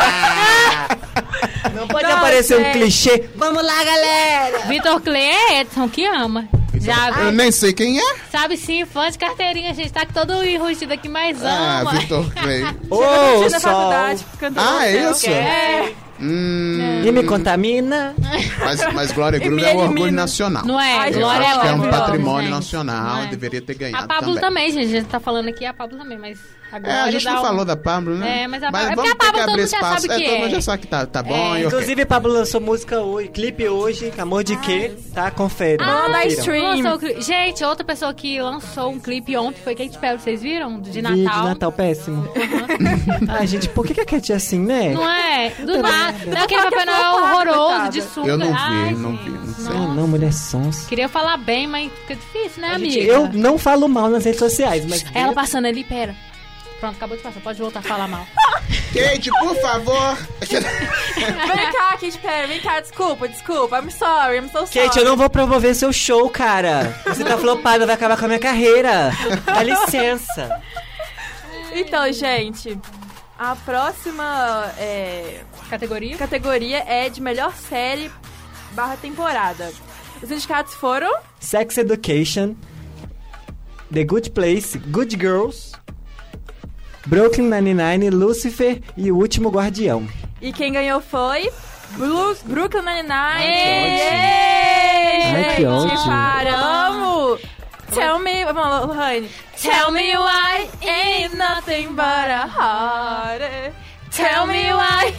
Não pode Não, aparecer um gente. clichê. Vamos lá, galera! Vitor Clay é Edson, que ama. Já Eu nem sei quem é. sabe sim, fã de carteirinha, gente. Tá todo enrustido aqui, mas ama. Vitor Clay. Ô, Curtindo na sol! faculdade, cantando no É céu. isso? E me contamina. Mas Glória Groove me é um orgulho elimina. nacional. Não é? Ai, Eu Glória acho que é um maravilhosa, patrimônio gente. nacional, Não é? deveria ter ganhado A Pablo também, gente. A gente tá falando aqui a Pablo também, mas a Glória A gente dá não um- falou da Pablo, né? Mas a mas Pablo- é vamos porque a ter que Pablo todo abrir mundo já espaço. sabe que Todo mundo é. já sabe que tá bom. e ok. Inclusive, Pablo lançou música hoje, clipe hoje, Amor de Quê? Tá, confere. Manda Confiram. stream. Lançou o clipe. Gente, outra pessoa que lançou um clipe ontem foi Katy Perry, vocês viram? De Natal. Vídeo de Natal péssimo. Ai, gente, por que a Cat é assim, né? Não é? Do nada. Não, aquele Papai Noel flopada, horroroso, coitada. de sunga. Eu não vi, Ai, não gente. vi, não sei. Ah, não, mulher sons. Queria falar bem, mas fica difícil, né, amiga? Eu não falo mal nas redes sociais, mas... Ela passando ali, pera. Pronto, acabou de passar. Pode voltar a falar mal. Kate, por favor. Vem cá, Katy Perry, vem cá, desculpa. I'm sorry, I'm so sorry. Kate, eu não vou promover seu show, cara. Você tá flopada, vai acabar com a minha carreira. Dá licença. Então, gente, a próxima Categoria? categoria é de melhor série / temporada. Os indicados foram... Sex Education, The Good Place, Good Girls, Brooklyn Nine-Nine, Lucifer e O Último Guardião. E quem ganhou foi... Brooklyn Nine-Nine. Ai, que ódio. Gente, paramos. Tell me... Vamos lá, Lohane. Tell me why ain't nothing but a heart. Tell me why...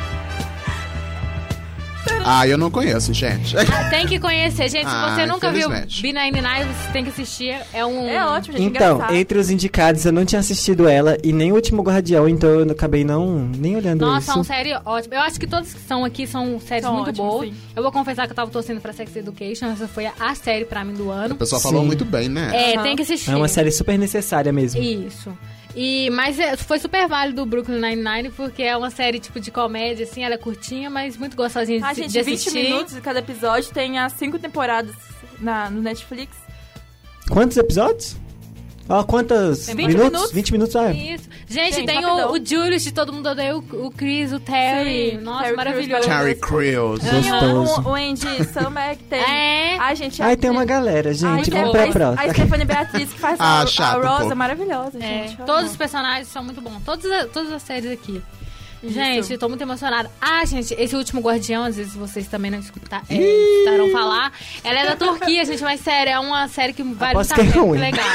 Eu não conheço, gente. Tem que conhecer, gente. Se você nunca viu infelizmente. B99, você tem que assistir. É um... É ótimo, gente, Então, engraçado. entre os indicados, eu não tinha assistido ela e nem O Último Guardião, então eu acabei nem olhando Nossa, isso. é uma série ótima. Eu acho que todas que estão aqui são séries São muito ótimas, boas. sim. Eu vou confessar que eu tava torcendo pra Sex Education. Essa foi a série pra mim do ano. O pessoal falou Sim. muito bem, né? Tem que assistir. É uma série super necessária mesmo. Isso. Mas foi super válido o Brooklyn Nine-Nine, porque é uma série tipo de comédia, assim, ela é curtinha, mas muito gostosinha de, Gente, de 20 assistir. minutos de cada episódio. Tem as 5 temporadas no Netflix. Quantos episódios? Ó, quantos 20 minutos? minutos. 20 minutos, Isso. Gente, Gente, tem rapidão. o Julius de Todo Mundo Odeia, o Chris, o Terry. Sim, Nossa, Terry maravilhoso. Terry Crews. Tem Gostoso. o Andy Samberg, tem... É. Ai, gente... Ai, tem uma galera, gente. Vamos pra próxima. A Stephanie Beatriz, que faz chato a um Rose, pouco. é maravilhosa, É, gente. eu todos amo. os personagens são muito bons. Todas as séries aqui. Isso. Gente, tô muito emocionada. Gente, esse Último Guardião, às vezes vocês também não escutaram falar. Ela é da Turquia, gente, mas sério, é uma série que vale Aposto muito que é muito ruim. legal.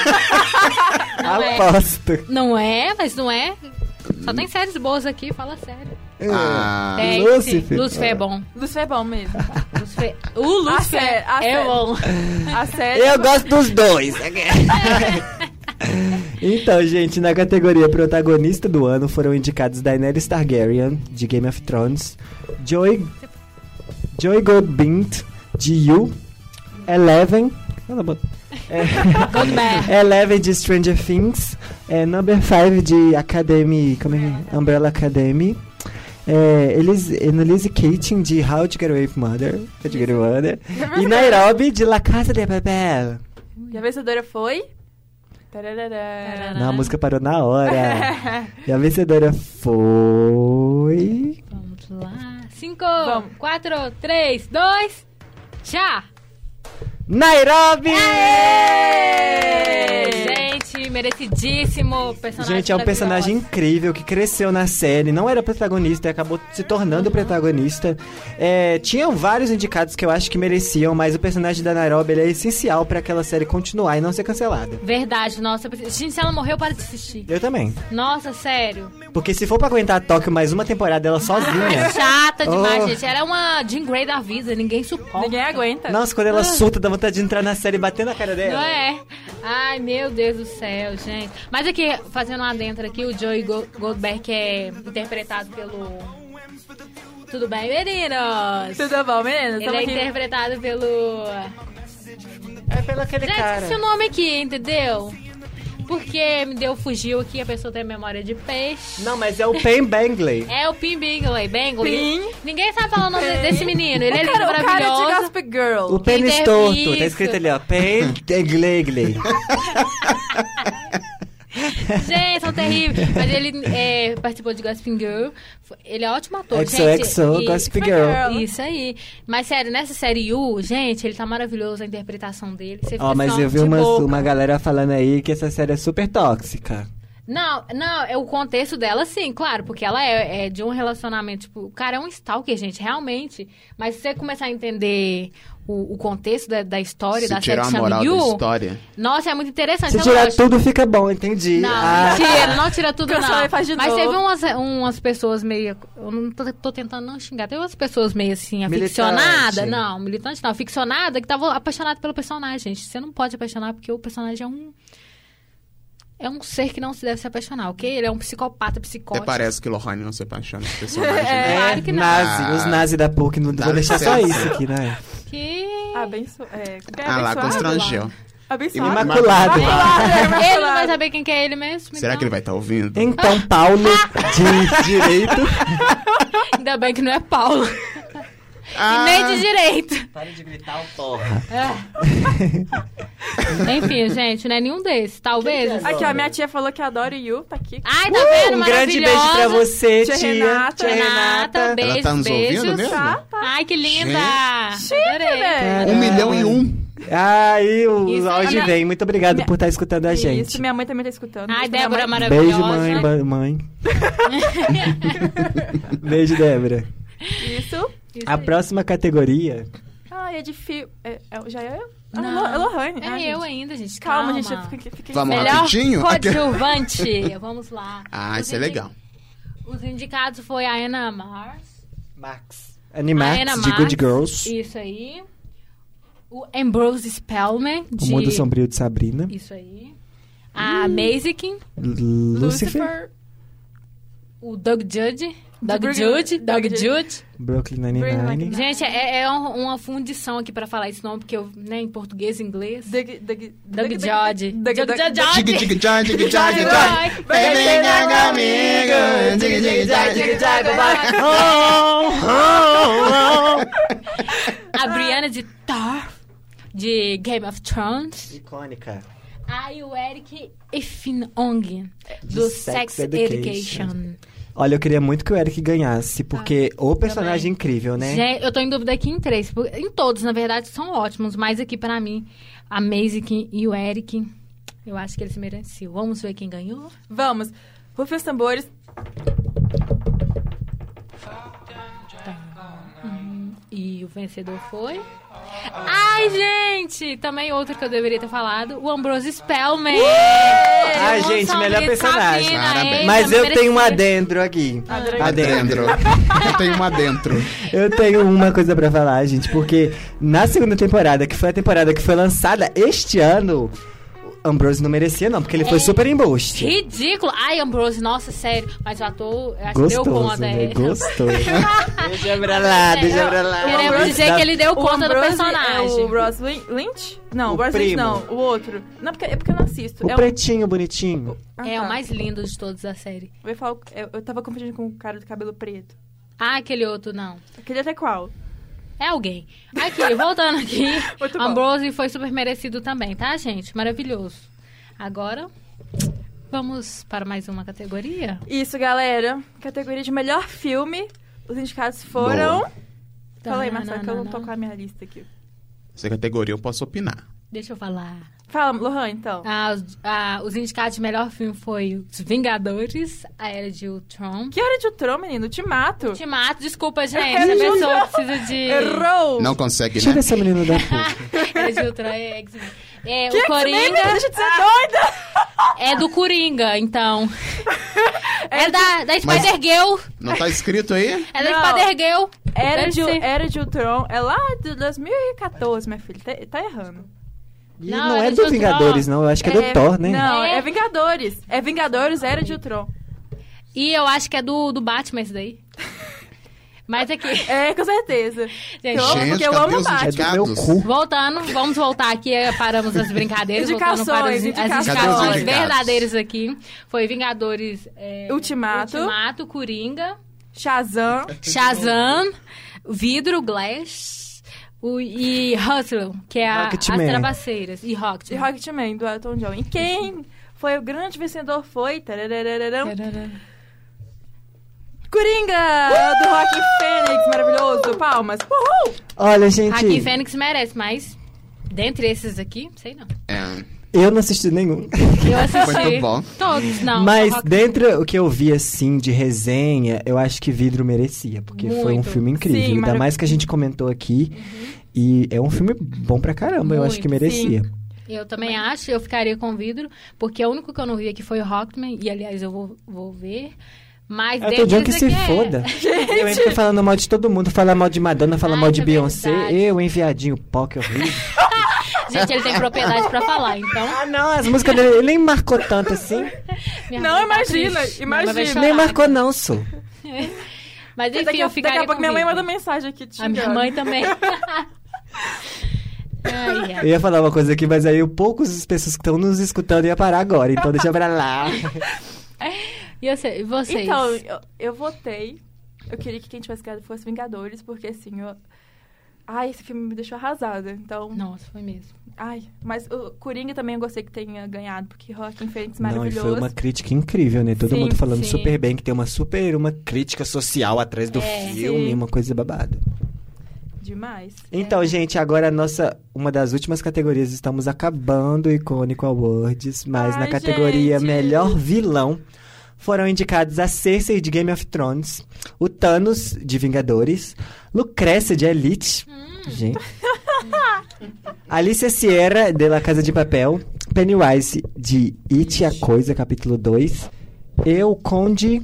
Não é. Aposto. Não é, mas não é. Só tem séries boas aqui, fala sério. Tem, Lúcifer. Lúcifer é bom. Lúcifer é bom mesmo. O Lúcifer é bom. A série... Eu gosto dos dois. Então, gente, na categoria protagonista do ano foram indicados Daenerys Targaryen, de Game of Thrones, Joy Goldbint, de You, Eleven... Eleven de Stranger Things, Number 5 de Academy, Umbrella Academy, Annalise Keating de How to Get Away with Mother, e Nairobi de La Casa de Papel. E a vencedora foi... Não, a música parou na hora. E a vencedora foi... Vamos lá. 5, 4, 3, 2, já! Nairobi! Gente, merecidíssimo personagem. Gente, é um personagem incrível que cresceu na série, não era protagonista e acabou se tornando protagonista. Tinham vários indicados que eu acho que mereciam, mas o personagem da Nairobi ele é essencial pra aquela série continuar e não ser cancelada. Verdade, nossa. Gente, se ela morreu, para de assistir. Eu também. Nossa, sério. Porque se for pra aguentar a Tóquio mais uma temporada ela sozinha... Chata demais, gente. Ela é uma Jean Grey da vida, ninguém suporta. Ninguém aguenta. Nossa, quando ela surta, dá vontade de entrar na série e bater na cara dela. Não é? Ai, meu Deus do céu, gente. Mas aqui, fazendo um adentro aqui, o Joey Goldberg é interpretado pelo... Tudo bem, meninos? Tudo bom, meninos? Ele é interpretado pelo... É pelo aquele cara. Esse nome aqui, entendeu? Porque fugiu aqui, a pessoa tem memória de peixe. Não, mas é o Pen Bangley. É o Pim Bangley. Pim. Ninguém sabe falar o nome desse menino. Ele é lindo, maravilhoso. O cara é de Gossip Girl. O pênis torto. Tá escrito ali, ó. Pen Bangley. Gente, são terríveis. Mas ele participou de Gossip Girl. Ele é ótimo ator, XOXO, Gossip Girl. Isso aí. Mas sério, nessa série You, gente, ele tá maravilhoso, a interpretação dele. Mas eu vi uma galera falando aí que essa série é super tóxica. Não, é o contexto dela, sim, claro, porque ela é de um relacionamento, tipo, o cara é um stalker, gente, realmente. Mas se você começar a entender o contexto da história, da série que chama You, história. Nossa, é muito interessante. Se tirar tudo, fica bom, entendi. Não, não tira tudo, não. Mas teve novo. umas pessoas meio... Eu não tô tentando não xingar. Teve umas pessoas meio assim, aficionadas. Não, militante não. Aficionada que estavam apaixonadas pelo personagem, gente. Você não pode apaixonar porque o personagem é um ser que não se deve se apaixonar, ok? Ele é um psicopata, psicótico. Até parece que Lohane não se apaixona por personagem. Claro que não. Os nazis da PUC, não vou deixar só isso aqui, né? Que... lá constrangeu. Abençoado. Imaculado. Ele não vai saber quem que é ele mesmo? Será que ele vai estar ouvindo? Então, Paulo, de Direito. Ainda bem que não é Paulo. E nem de direito. Para de gritar, porra. Enfim, gente, não é nenhum desses. Talvez. Aqui, ó, minha tia falou que adora o Yu, tá aqui. Ai, tá vendo? Um grande beijo pra você, Tia tia. Renata. Beijos, Ela tá nos ouvindo beijos. mesmo? Tá. Ai, que linda. Adorei. Velho. 1.000.001. Ai, o Isso áudio aí. vem. Muito obrigado por estar escutando a gente. Isso, minha mãe também tá escutando. Ai, Beijo pra Débora minha mãe. maravilhosa. Beijo, mãe. Beijo, Débora. Isso. A próxima categoria... É de filme. Já é eu? Não. É Lohane. É eu ainda, gente. Calma, gente. Fica Vamos Melhor rapidinho? coadjuvante. Vamos lá. Isso é legal. Os indicados foi a Anna Mars. Annie Max, de Good Girls. Isso aí. O Ambrose Spellman, O de... Mundo Sombrio de Sabrina. Isso aí. A Mazikin. Lucifer. O Doug Judd. Doug Judd. Brooklyn Nine-Nine. Gente, é uma fundição aqui pra falar esse nome, porque eu, né, em português e inglês. Doug Judd. A Brianna de Thor, de Game of Thrones. Icônica. E o Eric Ifnong, do Sex Education. Olha, eu queria muito que o Eric ganhasse, porque o personagem é incrível, né? Gente, eu tô em dúvida aqui em 3. Em todos, na verdade, são ótimos. Mas aqui, pra mim, a Mazikin e o Eric, eu acho que eles mereciam. Vamos ver quem ganhou? Vamos. Rufem os tambores. E o vencedor foi... Ai, gente! Também outro que eu deveria ter falado, o Ambrose Spellman. Ai, gente, melhor personagem. Parabéns. Mas eu tenho um adentro aqui. Adentro. Eu tenho um adentro. Eu tenho uma coisa pra falar, gente, porque na segunda temporada, que foi a temporada que foi lançada este ano, Ambrose não merecia não, porque ele foi super embuste. Ridículo. Ai, Ambrose, nossa, sério. Mas o ator, eu acho que deu Gostoso, conta. né? Gostoso. Deixa pra lá, deixa pra lá. Queremos dizer que ele deu conta do Ambrose personagem. É o Ross Lynch? Não, O o Ross Lynch primo. não, o outro. Não, é porque eu não assisto. O pretinho, bonitinho. É o mais lindo de todos da série. Eu tava confundindo com o cara do cabelo preto. Ah, aquele outro, não. Aquele até qual? É alguém. Aqui, voltando aqui. Muito bom. Ambrose foi super merecido também, tá, gente? Maravilhoso. Agora, vamos para mais uma categoria? Isso, galera. Categoria de melhor filme. Os indicados foram... Boa. Fala aí, Marcelo, que eu não tô com a minha lista aqui. Essa categoria eu posso opinar. Deixa eu falar. Fala, Lohan, então. Os indicados de melhor filme foi Os Vingadores, A Era de Ultron. Que hora de Ultron, menino? Ultimato. Ultimato, desculpa, gente. A pessoa precisa de... Errou! Não consegue, Tira né? essa menina da puta. Era de Ultron, é X-Men. É, Que o X-Men, Coringa menina? Deixa de ser doida! é do Coringa, então. É da Mas- Spider-Girl. Não tá escrito aí? É da Não. Spider-Girl. Era Deve ser. Era de Ultron. É lá de 2014, minha filha. Tá errando. E Não, não é é do do Ultron. Vingadores, não. Eu acho que é do Thor, né? Não, É. é Vingadores. É Vingadores, Era de Ultron. E eu acho que é do Batman esse daí. Mas aqui, É, com certeza. gente, Eu amo, Gente, porque eu cadê amo os Batman. É do meu indicados? cu. voltando, vamos voltar aqui, paramos as brincadeiras, voltando para as Indicações. Cadê os indicações indicados? verdadeiras aqui. Foi Vingadores, Ultimato. Coringa, Shazam. Shazam, Vidro, Glass e Hustle, que é as Rocketman. Trabaceiras, e E Rocketman. Rocketman, do Elton John. E quem foi o grande vencedor foi... tararararam, Coringa, do Joaquin Phoenix, maravilhoso. Palmas. Uhul! Olha, gente, Aqui Fênix merece, mas dentre esses aqui, sei não. É. eu não assisti nenhum. Eu assisti Muito bom. todos, não. Mas só Rocketman. dentro o que eu vi, assim, de resenha, eu acho que Vidro merecia. Porque foi um Muito. filme incrível. Sim, Ainda mais que a gente comentou aqui. E é um filme bom pra caramba. Eu acho que Muito, merecia. Eu também acho, eu ficaria com Vidro, porque o único que eu não vi aqui foi o Rocketman, e aliás eu vou ver. Mas Eu tô dizendo que desses se aqui foda. Eu fico falando mal de todo mundo. Fala mal de Madonna, fala Ai, mal de isso é Beyoncé. verdade. Eu, enviadinho, pó, que horrível. Gente, ele tem propriedade pra falar, então... Ah, não, as músicas dele ele nem marcou tanto assim. minha Não, mãe tá imagina, triste. imagina. Minha mãe vai chorar. Nem marcou não, Su. Mas enfim, Daqui eu a ficaria pouco com minha mãe Vidro. manda mensagem aqui te A minha xingando. mãe também. Ai, ai. Eu ia falar uma coisa aqui, mas aí poucos pessoas que estão nos escutando ia parar agora. Então deixa pra lá. E vocês? Então, eu votei. Eu queria que quem tivesse ganhado fosse Vingadores, porque assim, ai, esse filme me deixou arrasada. Então, Nossa, foi mesmo. ai, mas o Coringa também eu gostei que tenha ganhado, porque Joaquin Phoenix Não, e maravilhoso. foi uma crítica incrível, né? Todo Sim, mundo falando sim. super bem, que tem uma crítica social atrás do filme, sim. uma coisa babada. Demais. Então, gente, agora uma das últimas categorias, estamos acabando o Icônico Awards, mas Ai, na categoria gente. Melhor Vilão foram indicados a Cersei de Game of Thrones, o Thanos de Vingadores, Lucrécia de Elite, gente, Alicia Sierra de La Casa de Papel, Pennywise de It, a Coisa, capítulo 2, e o Conde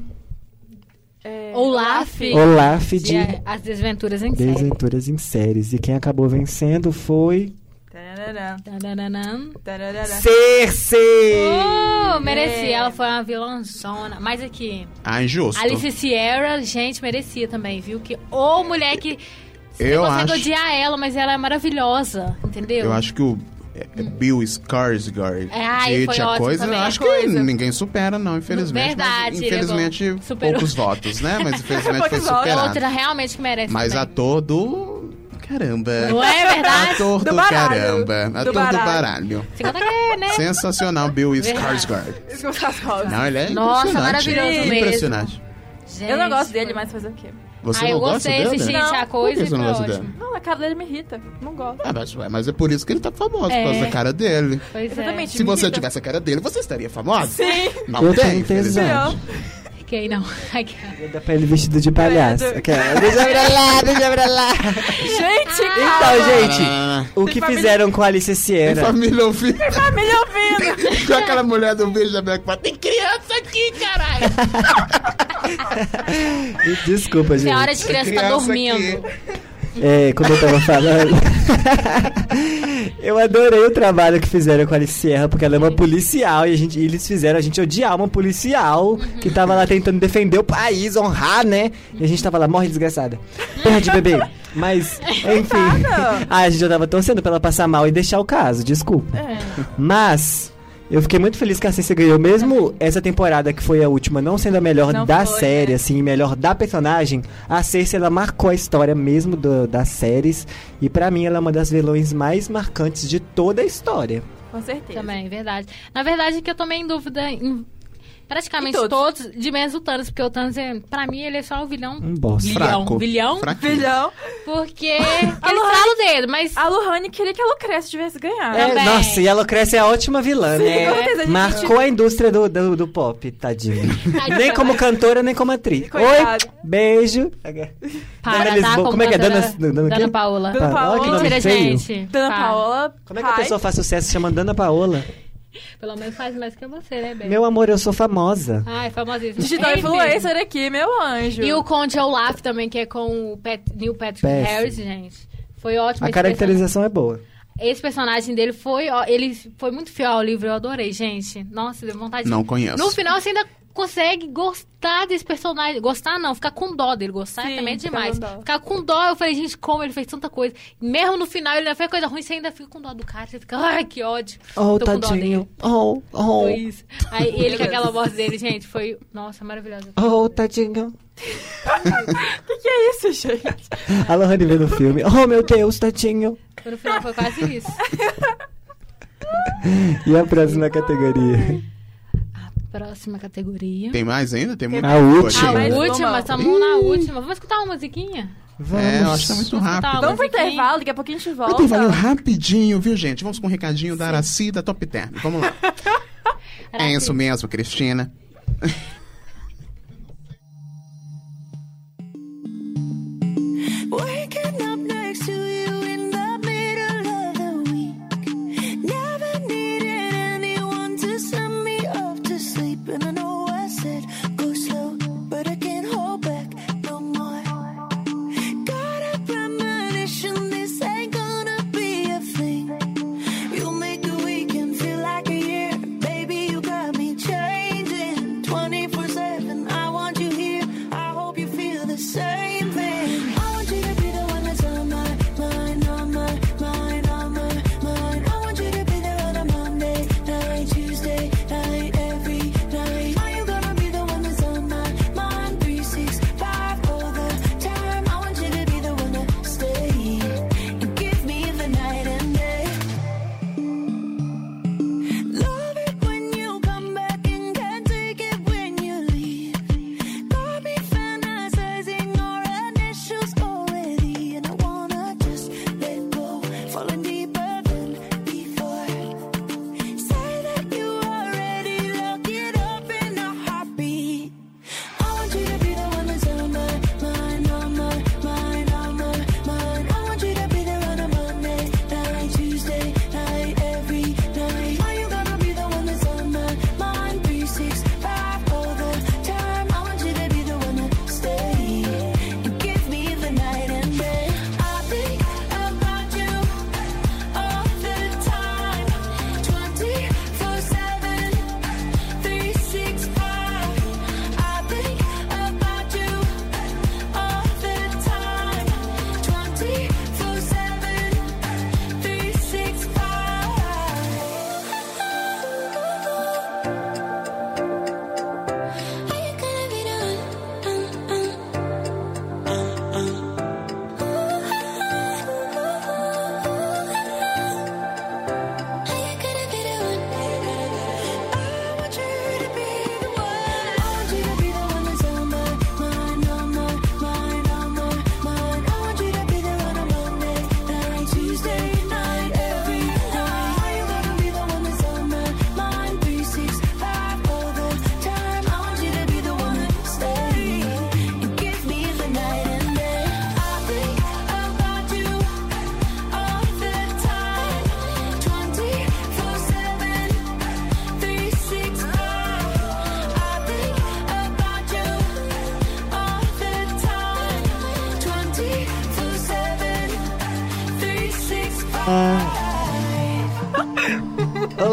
Olaf Olaf de As Desventuras em Série. Desventuras em Séries. E quem acabou vencendo foi... Tarará, Tananana. tarará. Cersei! Merecia, ela foi uma vilãzona. Mas aqui, Ah, injusto. Alice Sierra, gente, merecia também, viu? Que mulher que você Eu consegue acho- odiar ela, mas ela é maravilhosa, entendeu? Eu acho que o Bill Skarsgård Ai, de foi It, a ótimo Coisa, também, eu a acho Coisa. que ninguém supera, não, infelizmente. Verdade, Mas, ele é infelizmente, bom. Superou. poucos votos, né? Mas infelizmente foi Poucos votos. superado. Outra realmente que merece Mas também. ator do... Caramba. Não é verdade? Ator do, Do baralho. caramba. Do Ator do baralho. baralho. Você conta que é, né? Sensacional, Bill Verdade. Skarsgård. Isso que eu faço rosa. Não, ele é Nossa, impressionante. maravilhoso mesmo. Impressionante. Gente, Eu não gosto foi- dele, mas fazer o quê? Você Ah, eu não gosta gostei, dele? assisti Não. a Por Coisa que e você foi não gosta ótimo. dele? Não, a cara dele me irrita. Não gosto. Mas é por isso que ele tá famoso, por causa da cara dele. Pois Exatamente. Se me você irrita. tivesse a cara dele, você estaria famosa? Sim. Não Eu tem, tenho tesão. infelizmente. fiquei, não. Ia dar pra ele vestido de palhaço. Deixa pra lá. Gente, Então, gente, o que fizeram com a Alicia Sierra? Família ouvindo. família ouvindo. Com aquela mulher do beijo da Black que fala, tem criança aqui, caralho. Desculpa, gente. É hora de criança tá dormindo. Como eu tava falando, eu adorei o trabalho que fizeram com a Alicia Sierra, porque ela é uma policial e eles fizeram a gente odiar uma policial que tava lá tentando defender o país, honrar, né? E a gente tava lá, morre desgraçada. Perde, bebê. Mas, enfim. A gente já tava torcendo pra ela passar mal e deixar o caso, desculpa. Mas eu fiquei muito feliz que a Cersei ganhou, mesmo essa temporada que foi a última, não sendo a melhor série, né? Assim, melhor da personagem. A Cersei, ela marcou a história mesmo das séries. E pra mim, ela é uma das vilões mais marcantes de toda a história. Com certeza. Também, verdade. Na verdade, que eu tomei em dúvida em praticamente todos, de menos o Thanos, porque o Thanos, pra mim, ele é só um vilão. Um boss. Vilão. Vilão. Porque ele estrala o dedo, mas... A Lohane queria que a Lucrécia tivesse ganhado. Nossa, e a Lucrécia é ótima vilã, né? Marcou a indústria do pop, tadinha. Nem como cantora, nem como atriz. Coitado. Oi, beijo. Para, tá? Como é que é? Dana Paola. Dana Paola. Mentira, gente. Dana Paola. Como é que a pessoa faz sucesso chamando Dana Paola? Pelo menos faz mais que você, né, Bê? Meu amor, eu sou famosa. Ai, famosíssima. Digital influencer aqui, meu anjo. E o Conde Olaf também, que é com o Neil Patrick Harris, gente. Foi ótimo. A caracterização é boa. Esse personagem dele ele foi muito fiel ao livro, eu adorei, gente. Nossa, deu vontade Não de... conheço. No final, você ainda consegue gostar desse personagem. Gostar não, ficar com dó dele. Gostar também é demais. Ficar com dó, eu falei, gente, como ele fez tanta coisa. Mesmo no final, ele ainda fez coisa ruim, você ainda fica com dó do cara. Você fica, ai, que ódio. Oh, tadinho. Foi isso. Aí ele com aquela voz dele, gente, foi, nossa, maravilhosa. Oh, tadinho. Que é isso, gente? A Lohane vê no filme. Oh, meu Deus, tadinho. No final foi quase isso. E a próxima categoria? Próxima categoria. Tem mais ainda? Tem muito. A última. A última, estamos na última. Vamos escutar uma musiquinha? Vamos. Eu acho que tá muito rápido. Vamos pro intervalo, daqui a pouquinho a gente volta. Intervalo rapidinho, viu, gente? Vamos com um recadinho da Araci da Top Term. Vamos lá. É isso mesmo, Cristina. Waking up next to you in the middle of the week. Never needed anyone to send me off to sleep. And I know I said go slow, but I can't hold back no more. Got a premonition this ain't gonna be a thing. You'll make the weekend feel like a year. Baby, you got me changing 24/7.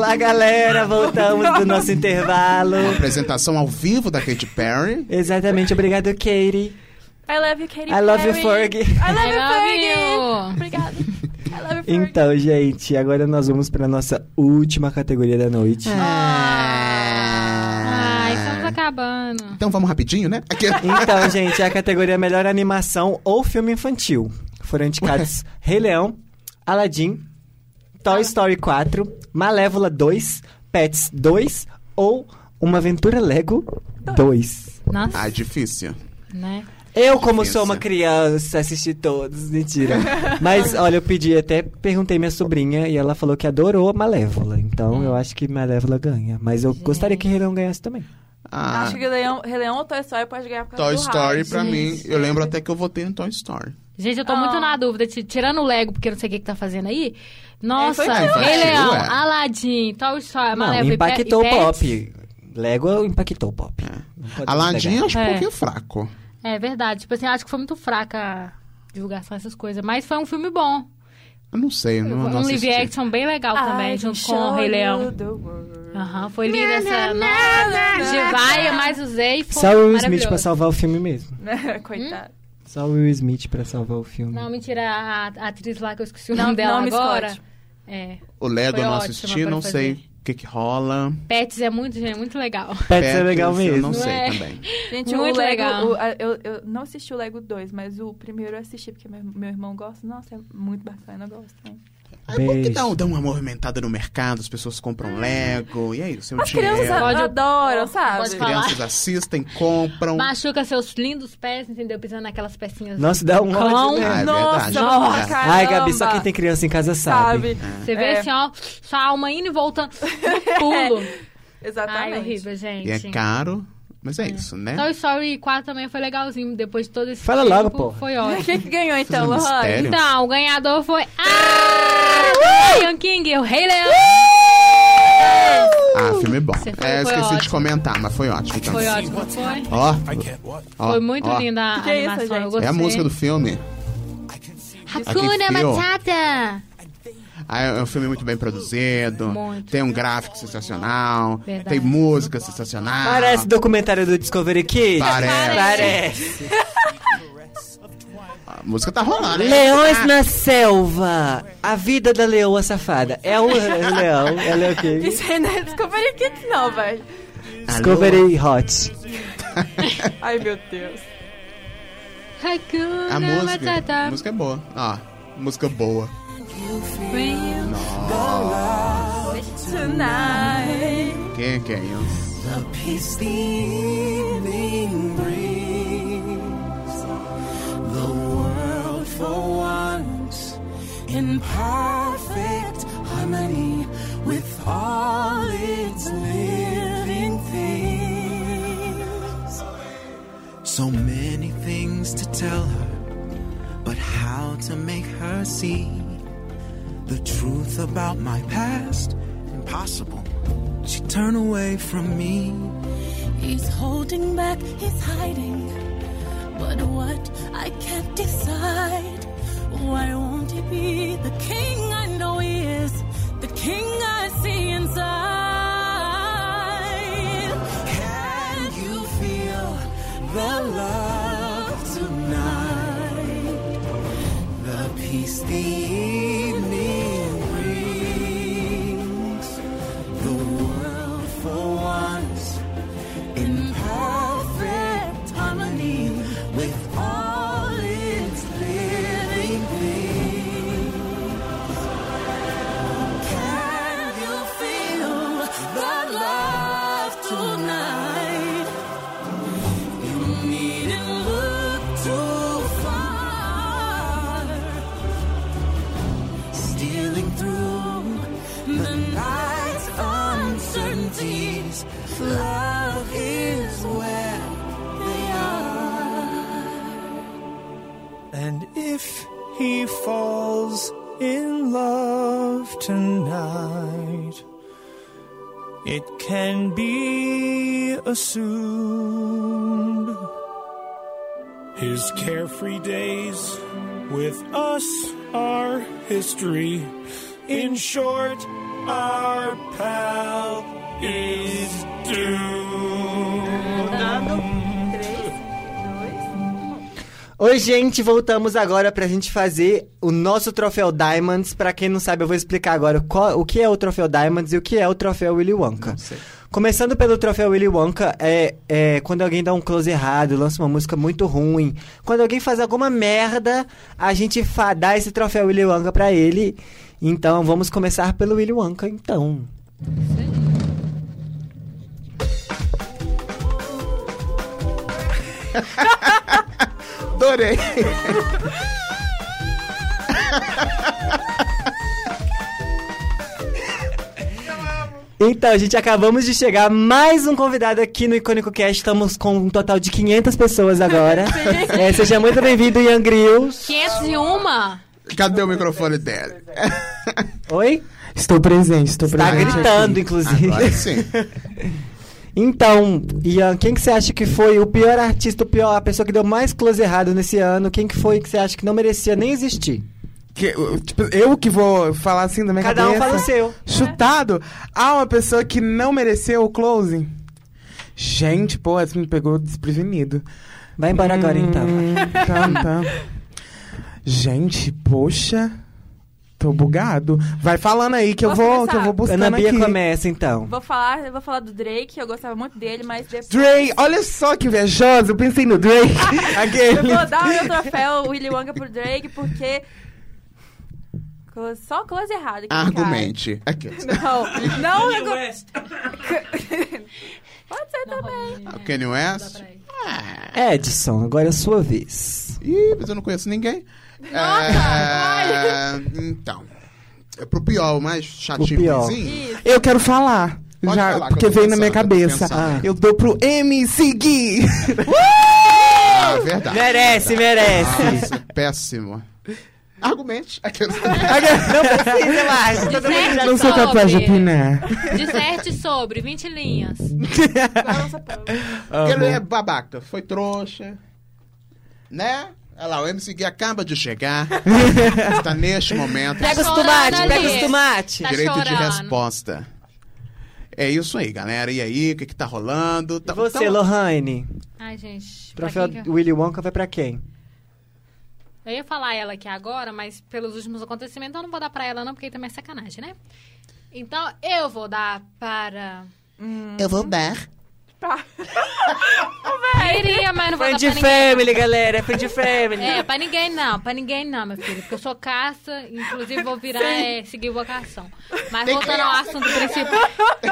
Olá, galera, voltamos do nosso intervalo. Uma apresentação ao vivo da Katy Perry. Exatamente, obrigado, Katy. I love you, Katy Perry. I love you, Fergie. I love you, I love Fergie. you. Obrigada. I love you, Fergie. Então, gente, agora nós vamos para nossa última categoria da noite. Ai, estamos acabando. Então vamos rapidinho, né? Então, gente, é a categoria Melhor Animação ou Filme Infantil. Foram indicados Rei Leão, Aladdin, Toy Story 4, Malévola 2, Pets 2 ou Uma Aventura Lego 2. Nossa, Difícil. né? Eu, como Difícil. sou uma criança, assisti todos, mentira. Mas, olha, eu pedi, até perguntei minha sobrinha e ela falou que adorou Malévola. Então, eu acho que Malévola ganha. Mas eu gostaria que Rei Leão ganhasse também. Acho que Rei Leão ou Toy Story pode ganhar por causa Toy do Story, hype. pra mim, eu lembro até que eu votei no Toy Story. Gente, eu tô muito na dúvida. Tirando o Lego, porque eu não sei o que tá fazendo aí. Nossa, foi Rei Leão, é. Aladdin, Toy Story, Não, Malévola impactou e o Pets. pop. Lego impactou o pop. Não podemos Aladdin negar. eu acho um É. pouquinho fraco. É verdade. Tipo assim, eu acho que foi muito fraca a divulgação dessas coisas. Mas foi um filme bom. Eu não sei, eu não um assisti. live action bem legal também, I junto can com o show Rei you Leão. the world. Aham, foi linda essa. Nossa, Jivaia, mais usei. Foi Só o Will Smith maravilhoso. pra salvar o filme mesmo. Coitado. Só o Will Smith pra salvar o filme. Não, mentira, a atriz lá que eu esqueci o Não, nome dela Naomi agora. Scott. É. O Lego Foi eu não ótima assisti, pra não fazer. sei o que rola. Pets é muito legal. Pets é legal Pets, eu mesmo. não sei É. também. Gente, Muito o Lego, legal. eu não assisti o Lego 2, mas o primeiro eu assisti porque meu irmão gosta. Nossa, é muito bacana, eu gosto também. É bom que Beijo. dá uma movimentada no mercado, as pessoas compram Lego, e é isso, é um As crianças dinheiro. Pode- adoram, pode sabe? As falar. crianças assistem, compram. Machuca seus lindos pés, entendeu? Pisando naquelas pecinhas. Nossa, dá um Cão. ódio, né? É Nossa, verdade. nossa, É. caramba. Ai, Gabi, só quem tem criança em casa sabe. Você vê assim, ó, sua alma indo e voltando no pulo. Exatamente. Ai, horrível, gente. E é caro, mas é isso, né? Toy Story 4 também foi legalzinho, depois de todo esse Fala tempo, logo, porra. foi ótimo. Quem que ganhou então, Fazendo Lohane? mistério. Então, o ganhador foi Lion King, o Rei Leão. Filme bom. Você foi- Eu foi esqueci de ótimo. comentar, mas foi ótimo também. Foi ótimo, não foi? Ó, Foi muito ó. linda a Que é isso, animação, eu gente? gostei. É a música do filme. Hakuna Aqui, fio. Matata. É um filme muito bem produzido. Muito. Tem um gráfico sensacional. Verdade. Tem música sensacional. Parece documentário do Discovery Kids. Parece. A música tá rolando, hein? Leões na selva. A vida da leoa safada. É o leão. É o Leão King. Isso aí não é Discovery Kids não, velho. Discovery Hot. Ai, meu Deus. Hakuna A Matata. música é boa. Ó, música boa. Tonight. Que é isso? The peace the evening brings, the world for once in perfect harmony with all its living things. So many things to tell her, but how to make her see the truth about my past? Impossible. She turned away from me. He's holding back, he's hiding. But what? I can't decide. Why won't he be the king I know he is? The king I see inside. Can you feel the love tonight? The peace the evening brings, the world for once in perfect harmony with all its living things. Can you feel the love tonight? You needn't look too far. Stealing through the night's uncertainties, love is where they are. And if he falls in love tonight, it can be assumed his carefree days with us are history. In short, our pal is doomed. 3, 2, 1. Oi, gente, voltamos agora pra gente fazer o nosso troféu Diamonds. Pra quem não sabe, eu vou explicar agora o que é o troféu Diamonds e o que é o troféu Willy Wonka. Não sei. Começando pelo troféu Willy Wonka, é quando alguém dá um close errado, lança uma música muito ruim. Quando alguém faz alguma merda, a gente dá esse troféu Willy Wonka pra ele. Então, vamos começar pelo Willy Wonka, então. Adorei. Então, gente, acabamos de chegar mais um convidado aqui no Icônico Cast. Estamos com um total de 500 pessoas agora. Seja muito bem-vindo, Ian Grills. 501? Cadê o microfone dele? Oi? Estou presente. Tá gritando, inclusive. Agora sim. Então, Ian, quem que você acha que foi o pior artista, a pessoa que deu mais close errado nesse ano? Quem que foi que você acha que não merecia nem existir? Eu que vou falar assim da minha Cada cabeça. um fala o seu. Chutado. Uma pessoa que não mereceu o close. Gente, pô, essa me pegou desprevenido. Vai embora agora, então. Tá. Gente, poxa. Tô bugado. Vai falando aí que eu vou buscando Ana Bia aqui. começa, então. Eu vou falar do Drake, eu gostava muito dele, mas depois... Drake, olha só que invejosa. Eu pensei no Drake. Eu vou dar o meu troféu Willy Wonka pro Drake, porque... Só close errado. Argumente. Não. Pode ser também. O Kanye West? Edson, agora é a sua vez. Ih, mas eu não conheço ninguém. Então, é pro pior, o mais chatinho. O pior. Isso. Eu quero falar. Pode Já, falar, que porque eu tô veio na minha pensando, cabeça. tô pensando. Eu dou pro MC Gui. Verdade. Merece. Nossa, péssimo. Argumente. Não precisa mais. Todo mundo já Não sou capaz de opinar. Disserte sobre 20 linhas. Porque ele é babaca, foi trouxa. Né? Olha lá, o MC Gui acaba de chegar. Está neste momento. Pega os chorando tomates, ali. pega os tomates. Tá Direito de chorando. resposta. É isso aí, galera. E aí, o que tá rolando? E você, Lohane? Ai, gente. Troféu pra quem que Willy Wonka vai pra quem? eu ia falar ela aqui agora, mas pelos últimos acontecimentos eu não vou dar pra ela não, porque aí também é sacanagem, né? Então, eu vou dar para... Eu vou dar. Queria, mas não vou dar Friend pra ninguém. Family, galera. Friend Family. Pra ninguém não, meu filho. Porque eu sou caça, inclusive vou virar seguir vocação. Mas voltando ao assunto principal.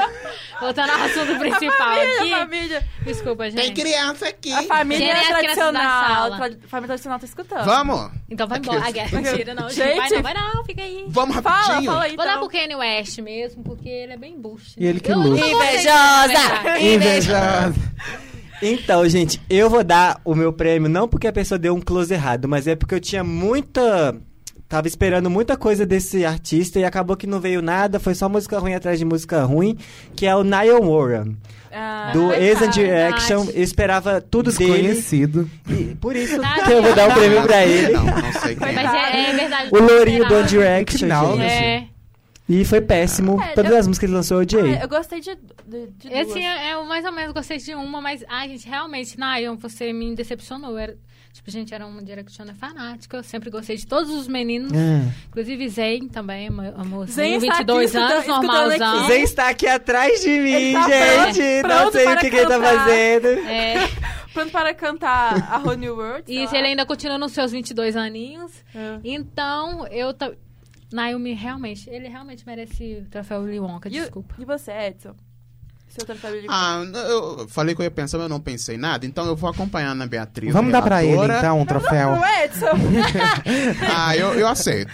Família. Desculpa, gente. Tem criança aqui. A família Tirem as crianças da tradicional. sala. Família tradicional tá escutando. Vamos? Então vai embora. Mentira, não. Gente. Vai não, fica aí. Vamos rapidinho. Fala aí, Vou dar então. pro Kanye West mesmo, porque ele é bem bucho. E ele que Eu luta. não gostei disso, Invejosa! na verdade. Invejosa. Então, gente, eu vou dar o meu prêmio não porque a pessoa deu um close errado, mas é porque eu tinha tava esperando muita coisa desse artista e acabou que não veio nada, foi só música ruim atrás de música ruim, que é o Niall Horan. Do Ex and Direction. Eu esperava tudo dele. Desconhecido. E por isso que eu vou dar o prêmio pra ele. Não sei quem Mas é. é verdade. O lourinho do One Direction, Final, gente. É. E foi péssimo. Todas as músicas que ele lançou eu odiei. Eu gostei de duas. Esse eu mais ou menos gostei de uma, mas, gente, realmente, Nayon, você me decepcionou. Era um Directioner fanático. Eu sempre gostei de todos os meninos. Inclusive Zayn também, amor. Zayn está 22 aqui anos, escutando normalzão. aqui. Zé está aqui atrás de mim, Ele tá gente. pronto Não sei o para que ele tá cantar. fazendo. Pronto para cantar a Whole New World. E ele ainda continua nos seus 22 aninhos. Então, Nayon ele realmente merece o troféu Willy Wonka, desculpa. E você, Edson? Seu troféu Willy Wonka. Eu falei que eu ia pensar, mas eu não pensei nada. Então eu vou acompanhar na Beatriz. Vamos dar pra ele, então, um troféu. O Edson! Eu aceito.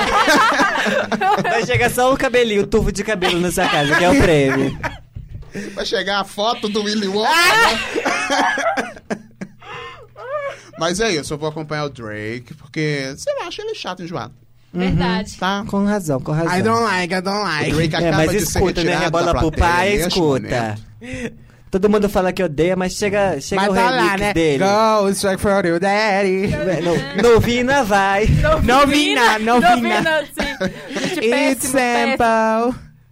Vai chegar só o cabelinho, o tufo de cabelo na sua casa, que é o prêmio. Vai chegar a foto do Willy Wonka. Mas é isso, eu vou acompanhar o Drake, porque, sei lá, achei ele chato, enjoado. Verdade. Tá? Com razão. I don't like. O Drake acaba Mas de ser escuta, né? retirado Rebola da pro plateia pai, neste escuta. momento. Todo mundo fala que odeia, mas chega Mas o tá remix lá, né? dele. Go, strike for your daddy. Novina vai. Novina, sim. Gente, It's péssimo. simple.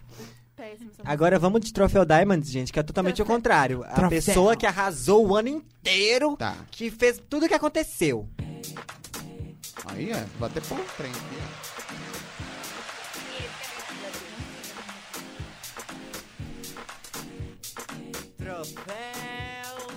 Agora vamos de Troféu Diamonds, gente, que é totalmente o contrário. A Troféu. pessoa que arrasou o ano inteiro, Tá. que fez tudo o que aconteceu. Aí vou até pôr um trem aqui. Troféu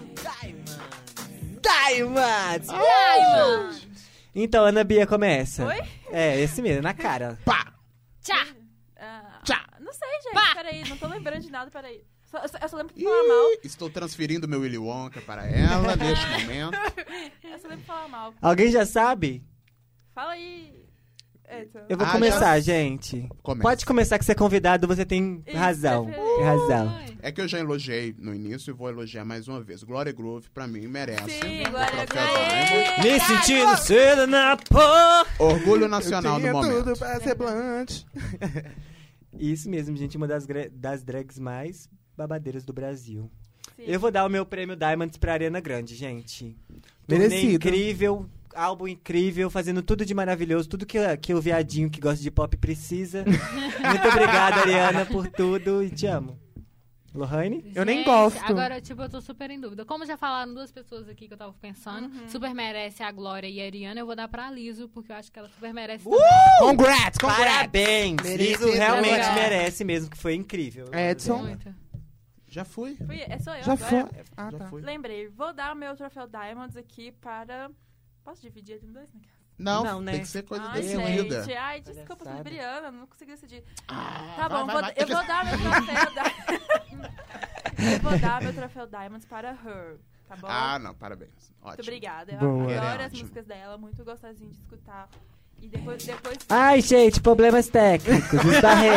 Diamonds! Então, Ana Bia, começa. Oi? É, esse mesmo, na cara. Pá! Tchá! Tchá! Não sei, gente. Pá! Peraí, não tô lembrando de nada, peraí. Eu só lembro de falar mal. Estou transferindo meu Willy Wonka para ela neste momento. Eu só lembro de falar mal. Alguém já sabe? Fala aí. Eita. Eu vou Ah, começar, já- gente. Começa. Pode começar que você é convidado, você tem Isso, razão. perfeito. Tem razão. É que eu já elogiei no início e vou elogiar mais uma vez. Glória Groove, pra mim, merece. Sim, o Glória troféu Groove. Diamond. Me sentindo cedo na porra. Orgulho Eu nacional do tinha momento. tudo pra ser blunt. Isso mesmo, gente, uma das drags mais babadeiras do Brasil. Sim. Eu vou dar o meu prêmio Diamonds pra Ariana Grande, gente. Turnê Merecido. incrível, álbum incrível, fazendo tudo de maravilhoso, tudo que o viadinho que gosta de pop precisa. Muito obrigada, Ariana, por tudo e te amo. Lohane? Eu nem Gente, gosto. Agora, tipo, eu tô super em dúvida. Como já falaram duas pessoas aqui que eu tava pensando, super merece a Glória e a Ariana, eu vou dar pra Liso, porque eu acho que ela super merece também. Congrats, congrats. Parabéns! Merecido. Isso realmente Legal. merece mesmo, que foi incrível. Edson. Muito. Já fui. Sou eu Já agora? foi. Ah, Já tá. fui. Lembrei. Vou dar o meu troféu Diamonds aqui para... Posso dividir ele em dois? Né? Não, né? tem que ser coisa Ai, decidida. gente. Ai, desculpa, Palhaçada. Libriana. Não consegui decidir. Ah, Tá bom, vai. eu vou dar meu troféu Eu vou dar meu troféu Diamonds para Her. Tá bom? Ah, não, parabéns. Ótimo. Muito obrigada. Eu Boa. adoro É, as ótimo. músicas dela. Muito gostosinho de escutar. E depois Ai, gente, problemas técnicos. Esbarrei.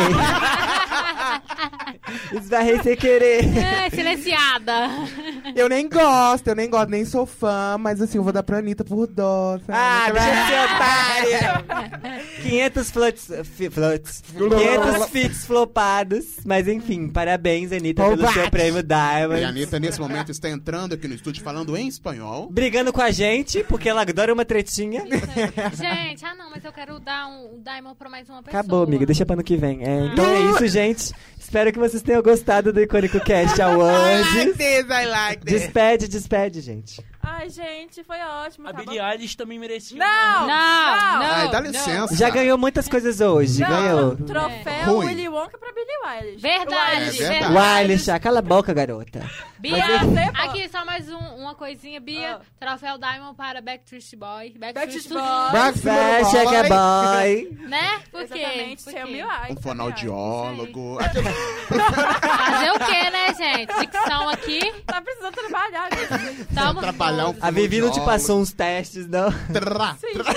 Esbarrei sem querer. É, silenciada. Eu nem gosto, nem sou fã, mas assim, eu vou dar pra Anitta por dó. sabe? Ah, deixa de ser otária. 500 floats. 500 feats flopados. Mas enfim, parabéns, Anitta, pelo Roubate. seu prêmio E Diamond. a Anitta, nesse momento, está entrando aqui no estúdio falando em espanhol. Brigando com a gente, porque ela adora uma tretinha. Gente, não, mas eu quero dar um Diamond pra mais uma pessoa. Acabou, amiga. Deixa pra ano que vem. Então é isso, gente. Espero que vocês tenham gostado do Icônico Cast I like Awards. this, I like this. Despede, gente. Ai, gente, foi ótimo. A tá Billie bom? Eilish também merecia. Não! Ai, dá licença. Já ganhou muitas coisas hoje. Ganhou. Troféu Ruim. Willy Wonka pra Billie Eilish. Verdade, É verdade. Wiley, cala a boca, garota. Bia, Mas- aqui só mais uma coisinha, Bia. Troféu Diamond para Backstreet Boy. Backstreet Boy. Boys. Fecha que é boy. Né? Por quê? Exatamente, Por Tell quê? Me Why. Um fonoaudiólogo. Fazer o quê, né, gente? Dicção aqui. Tá precisando trabalhar, gente. Tamo Trabalhar um A Vivi não te passou uns testes, não? Trá.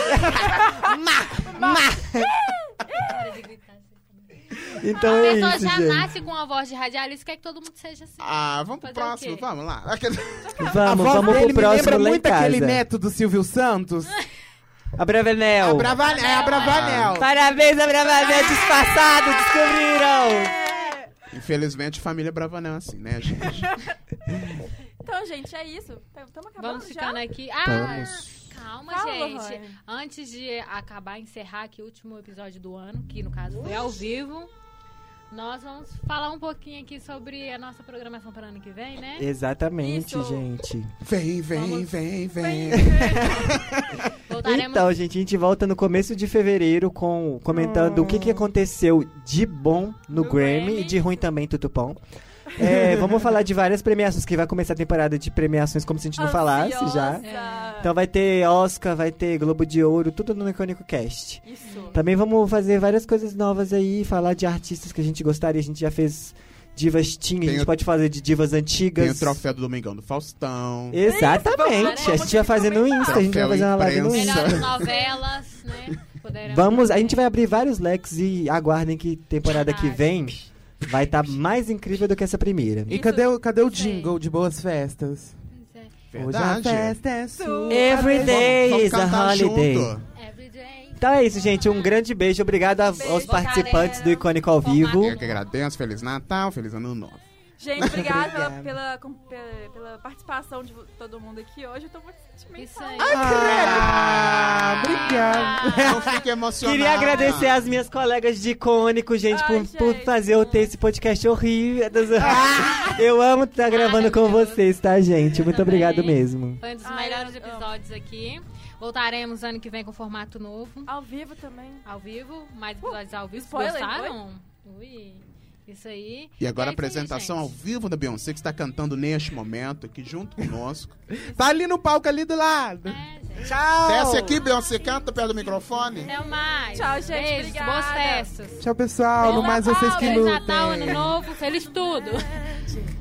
Então A é pessoa isso, já gente. nasce com uma voz de radialista, quer que todo mundo seja assim. Ah, vamos pro Fazer o próximo, quê? vamos lá. A voz Vamos dele pro me próximo lembra lá em muito aquele casa. neto do Silvio Santos. A Bravanel. É a Bravanel. Parabéns, a Bravanel disfarçado, descobriram. Infelizmente, família Bravanel é assim, né, gente? Então, gente, é isso. Estamos acabando Vamos já? ficando aqui. Calma, Fala, gente. Lohane. Antes de acabar, encerrar aqui o último episódio do ano, que no caso foi ao vivo, nós vamos falar um pouquinho aqui sobre a nossa programação para o ano que vem, né? Exatamente, Isso. gente. Vem. Voltaremos. Então, gente, a gente volta no começo de fevereiro comentando o que aconteceu de bom no Grammy e de ruim também, Tutupom. Vamos falar de várias premiações, que vai começar a temporada de premiações como se a gente não falasse já. Então vai ter Oscar, vai ter Globo de Ouro, tudo no Icônico Cast. Isso. Também vamos fazer várias coisas novas aí, falar de artistas que a gente gostaria. A gente já fez divas teen, a gente pode fazer de divas antigas. Tem o troféu do Domingão do Faustão. Exatamente, a gente vai fazer no Insta, a gente vai fazer uma live no Troféu Insta. Melhores novelas, né? A gente vai abrir vários leques e aguardem que temporada que vem vai estar mais incrível do que essa primeira. E cadê o jingle de Boas Festas? Hoje a Verdade. festa é sua. Every day Vamos is a cantar holiday. junto. Everyday. Então é isso, gente. Um grande beijo. Obrigado aos participantes do Icônico ao vivo. Eu que agradeço. Feliz Natal, feliz Ano Novo. Gente, obrigada pela participação de todo mundo aqui hoje. Eu tô muito sentimental. Isso aí. Obrigado. Não fique emocionado. Queria agradecer as minhas colegas de Icônico, gente, por fazer eu ter esse podcast horrível. Eu amo estar gravando com vocês, tá, gente? Muito obrigado mesmo. Foi um dos melhores episódios aqui. Voltaremos ano que vem com formato novo. Ao vivo também. Ao vivo, mais episódios ao vivo. Spoiler, gostaram? Ui, isso aí. E agora a é isso aí, apresentação ao gente. vivo da Beyoncé, que está cantando neste momento aqui junto conosco. Tá ali no palco, ali do lado. Gente. Tchau! Desce aqui, Beyoncé, canta perto do microfone. Até mais. Tchau, gente. Beijos, Obrigada. boas festas. Tchau, pessoal. No mais vocês que Feliz lutem. Natal, Ano Novo, feliz tudo.